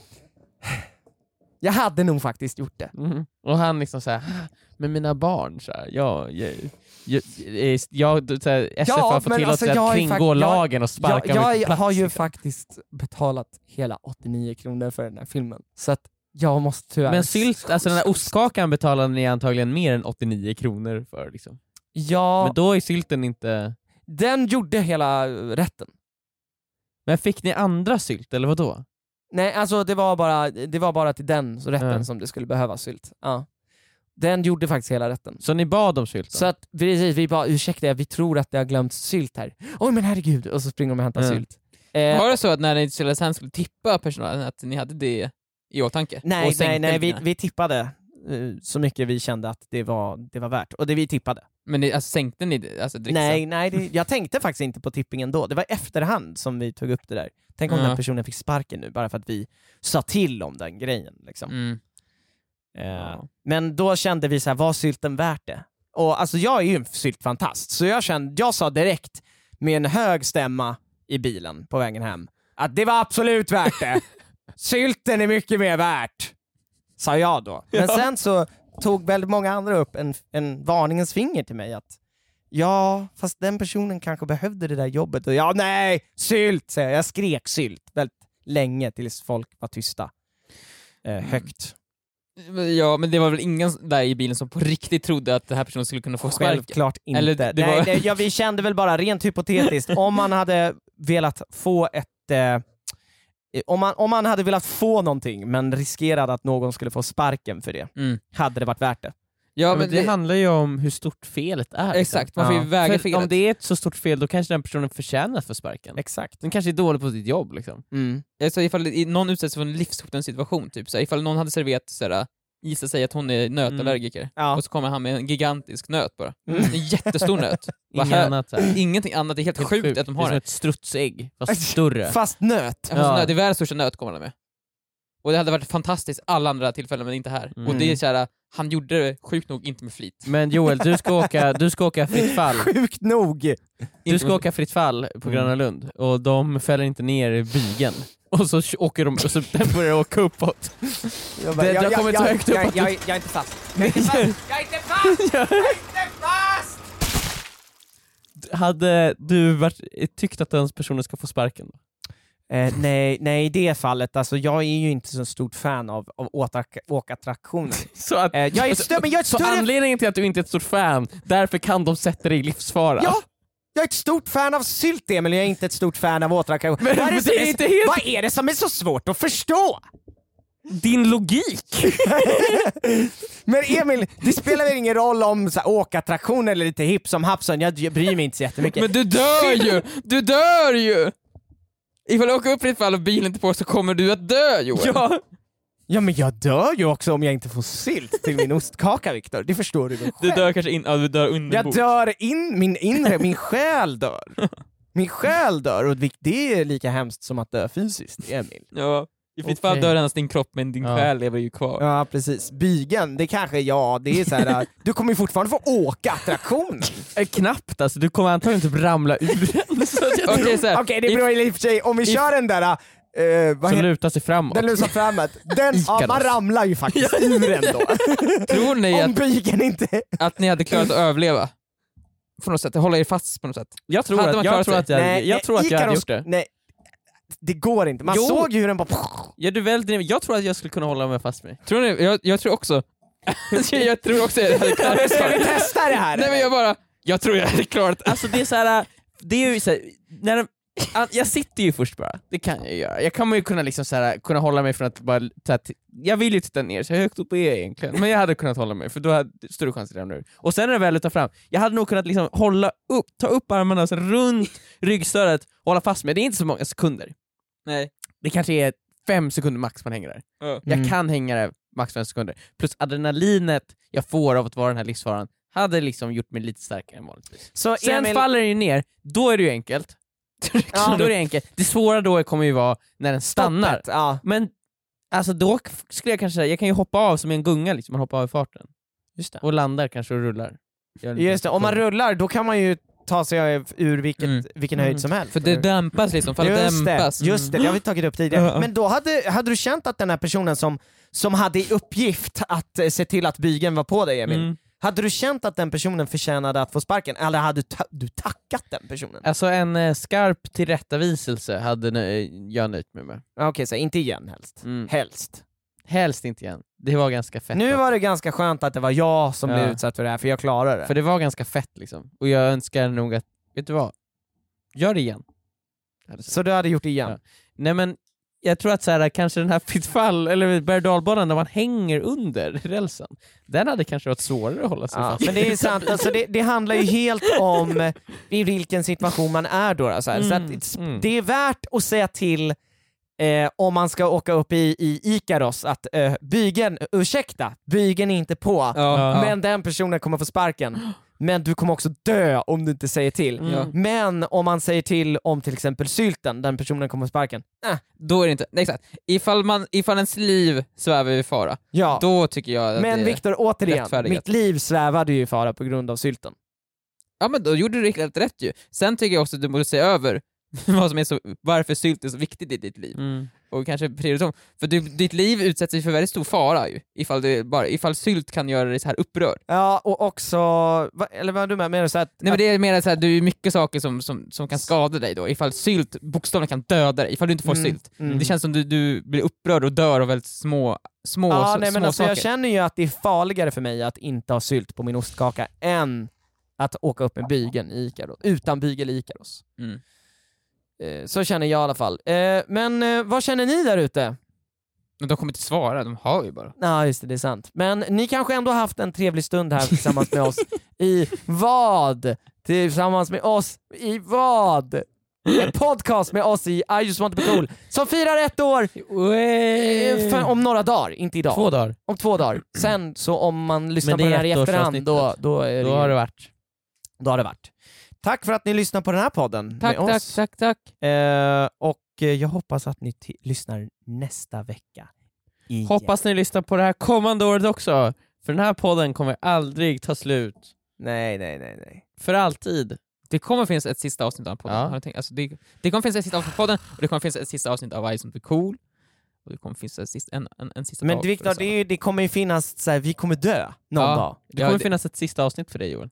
Jag hade nog faktiskt gjort det. Mhm. Och han liksom såhär, med mina barn, så här, ja, jag, jag, jag, jag så här, S F Ja, har fått men tillåtelse alltså, jag att är kringgå fakt- jag- lagen och sparka Jag, mig på jag plats, har ju liksom. faktiskt betalat hela åttionio kronor för den här filmen, så att jag måste tyvärr... Men sylt, alltså den där ostkakan betalade ni antagligen mer än åttionio kronor för liksom. Ja, Men då är sylten inte... den gjorde hela rätten. Men fick ni andra sylt, eller vad då? Nej, alltså det var bara, det var bara till den rätten Ja. som det skulle behövas sylt. Ja. Den gjorde faktiskt hela rätten. Så ni bad om sylt då? Så att precis, vi bara ursäkta, vi tror att det har glömt sylt här. Oj men herregud, och så springer de och hämtar Mm. sylt. Eh, Var det så att när ni skulle, sen skulle tippa personalen att ni hade det i åtanke? nej, Och sänkte nej, nej, vi, lite? vi tippade eh, så mycket vi kände att det var, det var värt. Och det vi tippade. Men ni, alltså, sänkte ni det? Alltså, dricksen? Nej, nej det, jag tänkte faktiskt inte på tippingen då. Det var efterhand som vi tog upp det där. Tänk om Ja. den personen fick sparken nu, bara för att vi sa till om den grejen. Liksom. Mm. Eh, Ja. Men då kände vi så här, var sylten värt det? Och alltså jag är ju en syltfantast, så jag, kände, jag sa direkt med en hög stämma i bilen på vägen hem att det var absolut värt det. Sylten är mycket mer värt, sa jag då. Men sen så tog väldigt många andra upp en, en varningens finger till mig att ja, fast den personen kanske behövde det där jobbet. Och ja, nej, sylt, säger jag. Jag skrek sylt väldigt länge tills folk var tysta. Eh, högt. Ja, men det var väl ingen där i bilen som på riktigt trodde att den här personen skulle kunna få sparken? Självklart inte. Eller det Nej, var- det, ja, vi kände väl bara rent hypotetiskt, om man hade velat få ett... Eh, om, man, om man hade velat få någonting men riskerade att någon skulle få sparken för det, Mm. hade det varit värt det. Ja, Ja, men det, det, handlar ju om hur stort felet är. liksom. exakt, man får ju Ja. väga För felet. om det är ett så stort fel, då kanske den personen förtjänar att få sparken. Exakt. Den kanske är dålig på sitt jobb liksom. Mm. Alltså, ifall i- någon utsätts för en livshotande situation, typ, så här, ifall någon hade serverat såhär, Isa säger att hon är nötallergiker, Ja. och så kommer han med en gigantisk nöt bara. Mm. En jättestor nöt. Vad Inget här- annat. Så här. Ingenting annat, det är helt, Helt sjukt sjukt. att de Det är har som det. ett strutsägg, fast större. Fast nöt. Ja. Fast Ja. nöt, det är världens största nöt kommer han med. Och det hade varit fantastiskt alla andra tillfällen, men inte här. Mm. Och det är såhär, han gjorde det sjukt nog inte med flit. Men Joel, du ska åka, du ska åka fritt fall. Sjukt nog. Du Inte ska med- åka fritt fall på Mm. Gröna Lund, och de fäller inte ner bygeln. Och så åker de, och så den börjar åka uppåt. Jag, Det- jag kommer inte så högt upp jag, att jag, du- jag, jag är inte fast. Jag är inte fast! Jag är inte fast! Jag är inte fast! Hade du varit, tyckt att den personen ska få sparken då? Eh, nej, nej, i det fallet, alltså jag är ju inte så stort fan av, av åtak- åkattraktioner. Så, att, Eh, jag är ett stö- men jag är ett så större... anledningen till att du inte är ett stort fan, därför kan de sätta dig i livsfara? Ja! Jag är ett stort fan av sylt, Emil, jag är inte ett stort fan av åtraktioner. Men Vad är, det det som är är, inte helt- vad är det som är så svårt att förstå? Din logik! Men Emil, det spelar väl ingen roll om så här, åkattraktioner eller lite hipp som hapsen, jag, jag bryr mig inte så jättemycket. Men du dör ju! Du dör ju! Ifall du åker upp i ett fall och bilen inte på, så kommer du att dö, Joel. Ja. Ja, men jag dör ju också om jag inte får sylt till min ostkaka, Viktor. Det förstår du väl Du själv? dör kanske in, ja, du dör under Jag bord. dör in, min inre, min själ dör. Min själ dör, och det är lika hemskt som att dö fysiskt, Emil. Ja. I fritt Okej. fall dör endast din kropp, men din Ja. själ lever ju kvar. Ja, precis. Bygeln, det kanske, ja, det är så här. Du kommer ju fortfarande få åka attraktionen. Eh, Knappt alltså, du kommer antagligen typ ramla ur den. Så att jag Okej, tror- så här. Okej, det beror i och för sig, om vi kör den där, eh, vad Som heter, lutar sig framåt. den lusar framåt, den, ja, man ramlar ju faktiskt ur den då. Tror ni Om att, bygeln inte... att ni hade klarat att överleva? På något sätt, hålla er fast på något sätt. Jag tror Hade att man jag, klarat tror sig? att jag, Nej, jag, tror att jag hade Ikaros- gjort det. Nej, det går inte. Man Jo. såg ju hur den bara... Ja, du välter ner. Jag tror att jag skulle kunna hålla mig fast mig. Tror ni? Jag, jag tror också. jag tror också jag hade klarat det. Ska vi testa det här? Nej men jag bara, jag tror jag hade klarat det. Alltså det är så här, det är ju så här, när de, Jag sitter ju först bara, det kan jag göra. Jag kommer ju kunna liksom så här, kunna hålla mig från att bara så här, jag vill ju titta ner så högt upp är jag egentligen, men jag hade kunnat hålla mig för då hade större chans att ramla ur. Och sen är det väl att ta fram, jag hade nog kunnat liksom hålla upp, ta upp armarna så runt ryggstödet och hålla fast med. Det är inte så många sekunder. Nej. Det kanske är fem sekunder max man hänger där. Mm. Jag kan hänga där max fem sekunder. Plus adrenalinet jag får av att vara den här livsfaran hade liksom gjort mig lite starkare än vanligtvis. Så Sen Emil... faller den ju ner, då är det ju enkelt. Ja. Då är det enkelt. Det svåra då kommer ju vara när den stannar. Stoppet, ja. Men alltså då skulle jag kanske säga, jag kan ju hoppa av som en gunga liksom, man hoppar av i farten. Just det. Och landar kanske och rullar. Just det, om man rullar då kan man ju ta sig ur vilket, Mm. vilken Mm. höjd som helst. För det dämpas liksom, fallet Just dämpas. det, just det, det har vi tagit upp tidigare. Ja. Men då hade, hade du känt att den här personen som, som hade i uppgift att eh, se till att bygeln var på dig, Emil, Mm. hade du känt att den personen förtjänade att få sparken? Eller hade du, ta- du tackat den personen? Alltså en eh, skarp tillrättaviselse hade nö- jag nöjt mig med. Okej, okay, så inte igen helst. Mm. Helst. Helst inte igen. Det var ganska fett. Nu också. var det ganska skönt att det var jag som Ja. blev utsatt för det här, för jag klarade det. För det var ganska fett liksom. Och jag önskar nog att, vet du vad? Gör det igen. Hade sagt. Så du hade gjort det igen? Ja. Nej men, jag tror att så här, kanske den här pitfall, eller berg- och dalbanan där man hänger under rälsen, den hade kanske varit svårare att hålla sig Ja, fast. men det är sant, alltså det, det handlar ju helt om eh, i vilken situation man är då. då så här. Så att Mm, it's- mm. det är värt att säga till eh, om man ska åka upp i, i Ikaros att eh, bygeln, ursäkta, bygeln är inte på, Ja. men den personen kommer få sparken. Men du kommer också dö om du inte säger till. Mm. Men om man säger till om till exempel sylten, den personen kommer få sparken. Äh, Då är det inte, nej, exakt. Ifall, man, ifall ens liv svävar i fara, ja. då tycker jag att Men det, Viktor, återigen, rättfärdigat. mitt liv svävade ju i fara på grund av sylten. ja men då gjorde du helt rätt ju. Sen tycker jag också att du borde se över vad som är så, varför sylt är så viktigt i ditt liv. Mm. Och kanske prioritera om. För du, ditt liv utsätts ju för väldigt stor fara ju, ifall, det bara, ifall sylt kan göra dig så här upprörd. Ja, och också, va, eller vad är du med? Menar du så att, Nej men det är mer så här, du är mycket saker som, som, som kan skada dig då, ifall sylt bokstavligen kan döda dig, ifall du inte får Mm, sylt. mm. Det känns som du, du blir upprörd och dör av väldigt små, små, Ja, så, nej, men små alltså, saker. jag känner ju att det är farligare för mig att inte ha sylt på min ostkaka än att åka upp med bygeln i Ikaros, utan bygel i Ikaros. Mm. Eh, så känner jag i alla fall. Eh, men eh, vad känner ni där ute? Men de kommer inte svara, de har ju bara. Ja, just det, det är sant. Men ni kanske ändå haft en trevlig stund här tillsammans med oss i vad? Tillsammans med oss i vad? En podcast med oss i I just want to be cool som firar ett år eh, för, om några dagar, inte idag. Två dagar. Om två dagar. Sen så om man lyssnar Men det på den är här i efterhand, ettårsavsnittet. då, då, är det, Då har det varit. då har det varit. Tack för att ni lyssnar på den här podden Tack, med tack, oss. tack, tack. Eh, och eh, jag hoppas att ni t- lyssnar nästa vecka. Igen. Hoppas ni lyssnar på det här kommande året också. För den här podden kommer aldrig ta slut. Nej, nej, nej, nej. För alltid. Det kommer finnas ett sista avsnitt av podden. Ja. Har du tänkt? Alltså det, det kommer finnas ett sista avsnitt av podden, och det kommer finnas ett sista avsnitt av I som är cool. Och det kommer finnas ett sista, en, en, en sista Men dag Viktor, för det, är ju- det kommer ju finnas så här, vi kommer dö någon Ja. dag. Det Ja, kommer det- finnas ett sista avsnitt för dig Joel.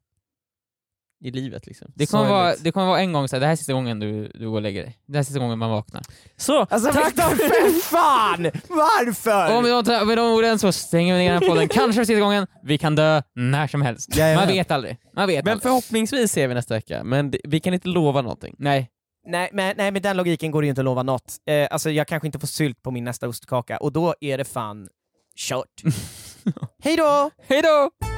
I livet liksom. Det kommer, vara, Sorgligt. det kommer vara en gång så här, det här är sista gången du, du går och lägger dig. Det här är sista gången man vaknar. Så, Alltså tack! Viktor, för fan! Varför? Och med de, med de orden så stänger vi ner den här podden. Kanske för sista gången. Vi kan dö när som helst. Jajamän. Man vet aldrig. Man vet Men aldrig. förhoppningsvis ser vi nästa vecka, men det, vi kan inte lova någonting. Nej. Nej, men, nej, med den logiken går det ju inte att lova något. Eh, alltså jag kanske inte får sylt på min nästa ostkaka, och då är det fan kört. Hej då! Hej då!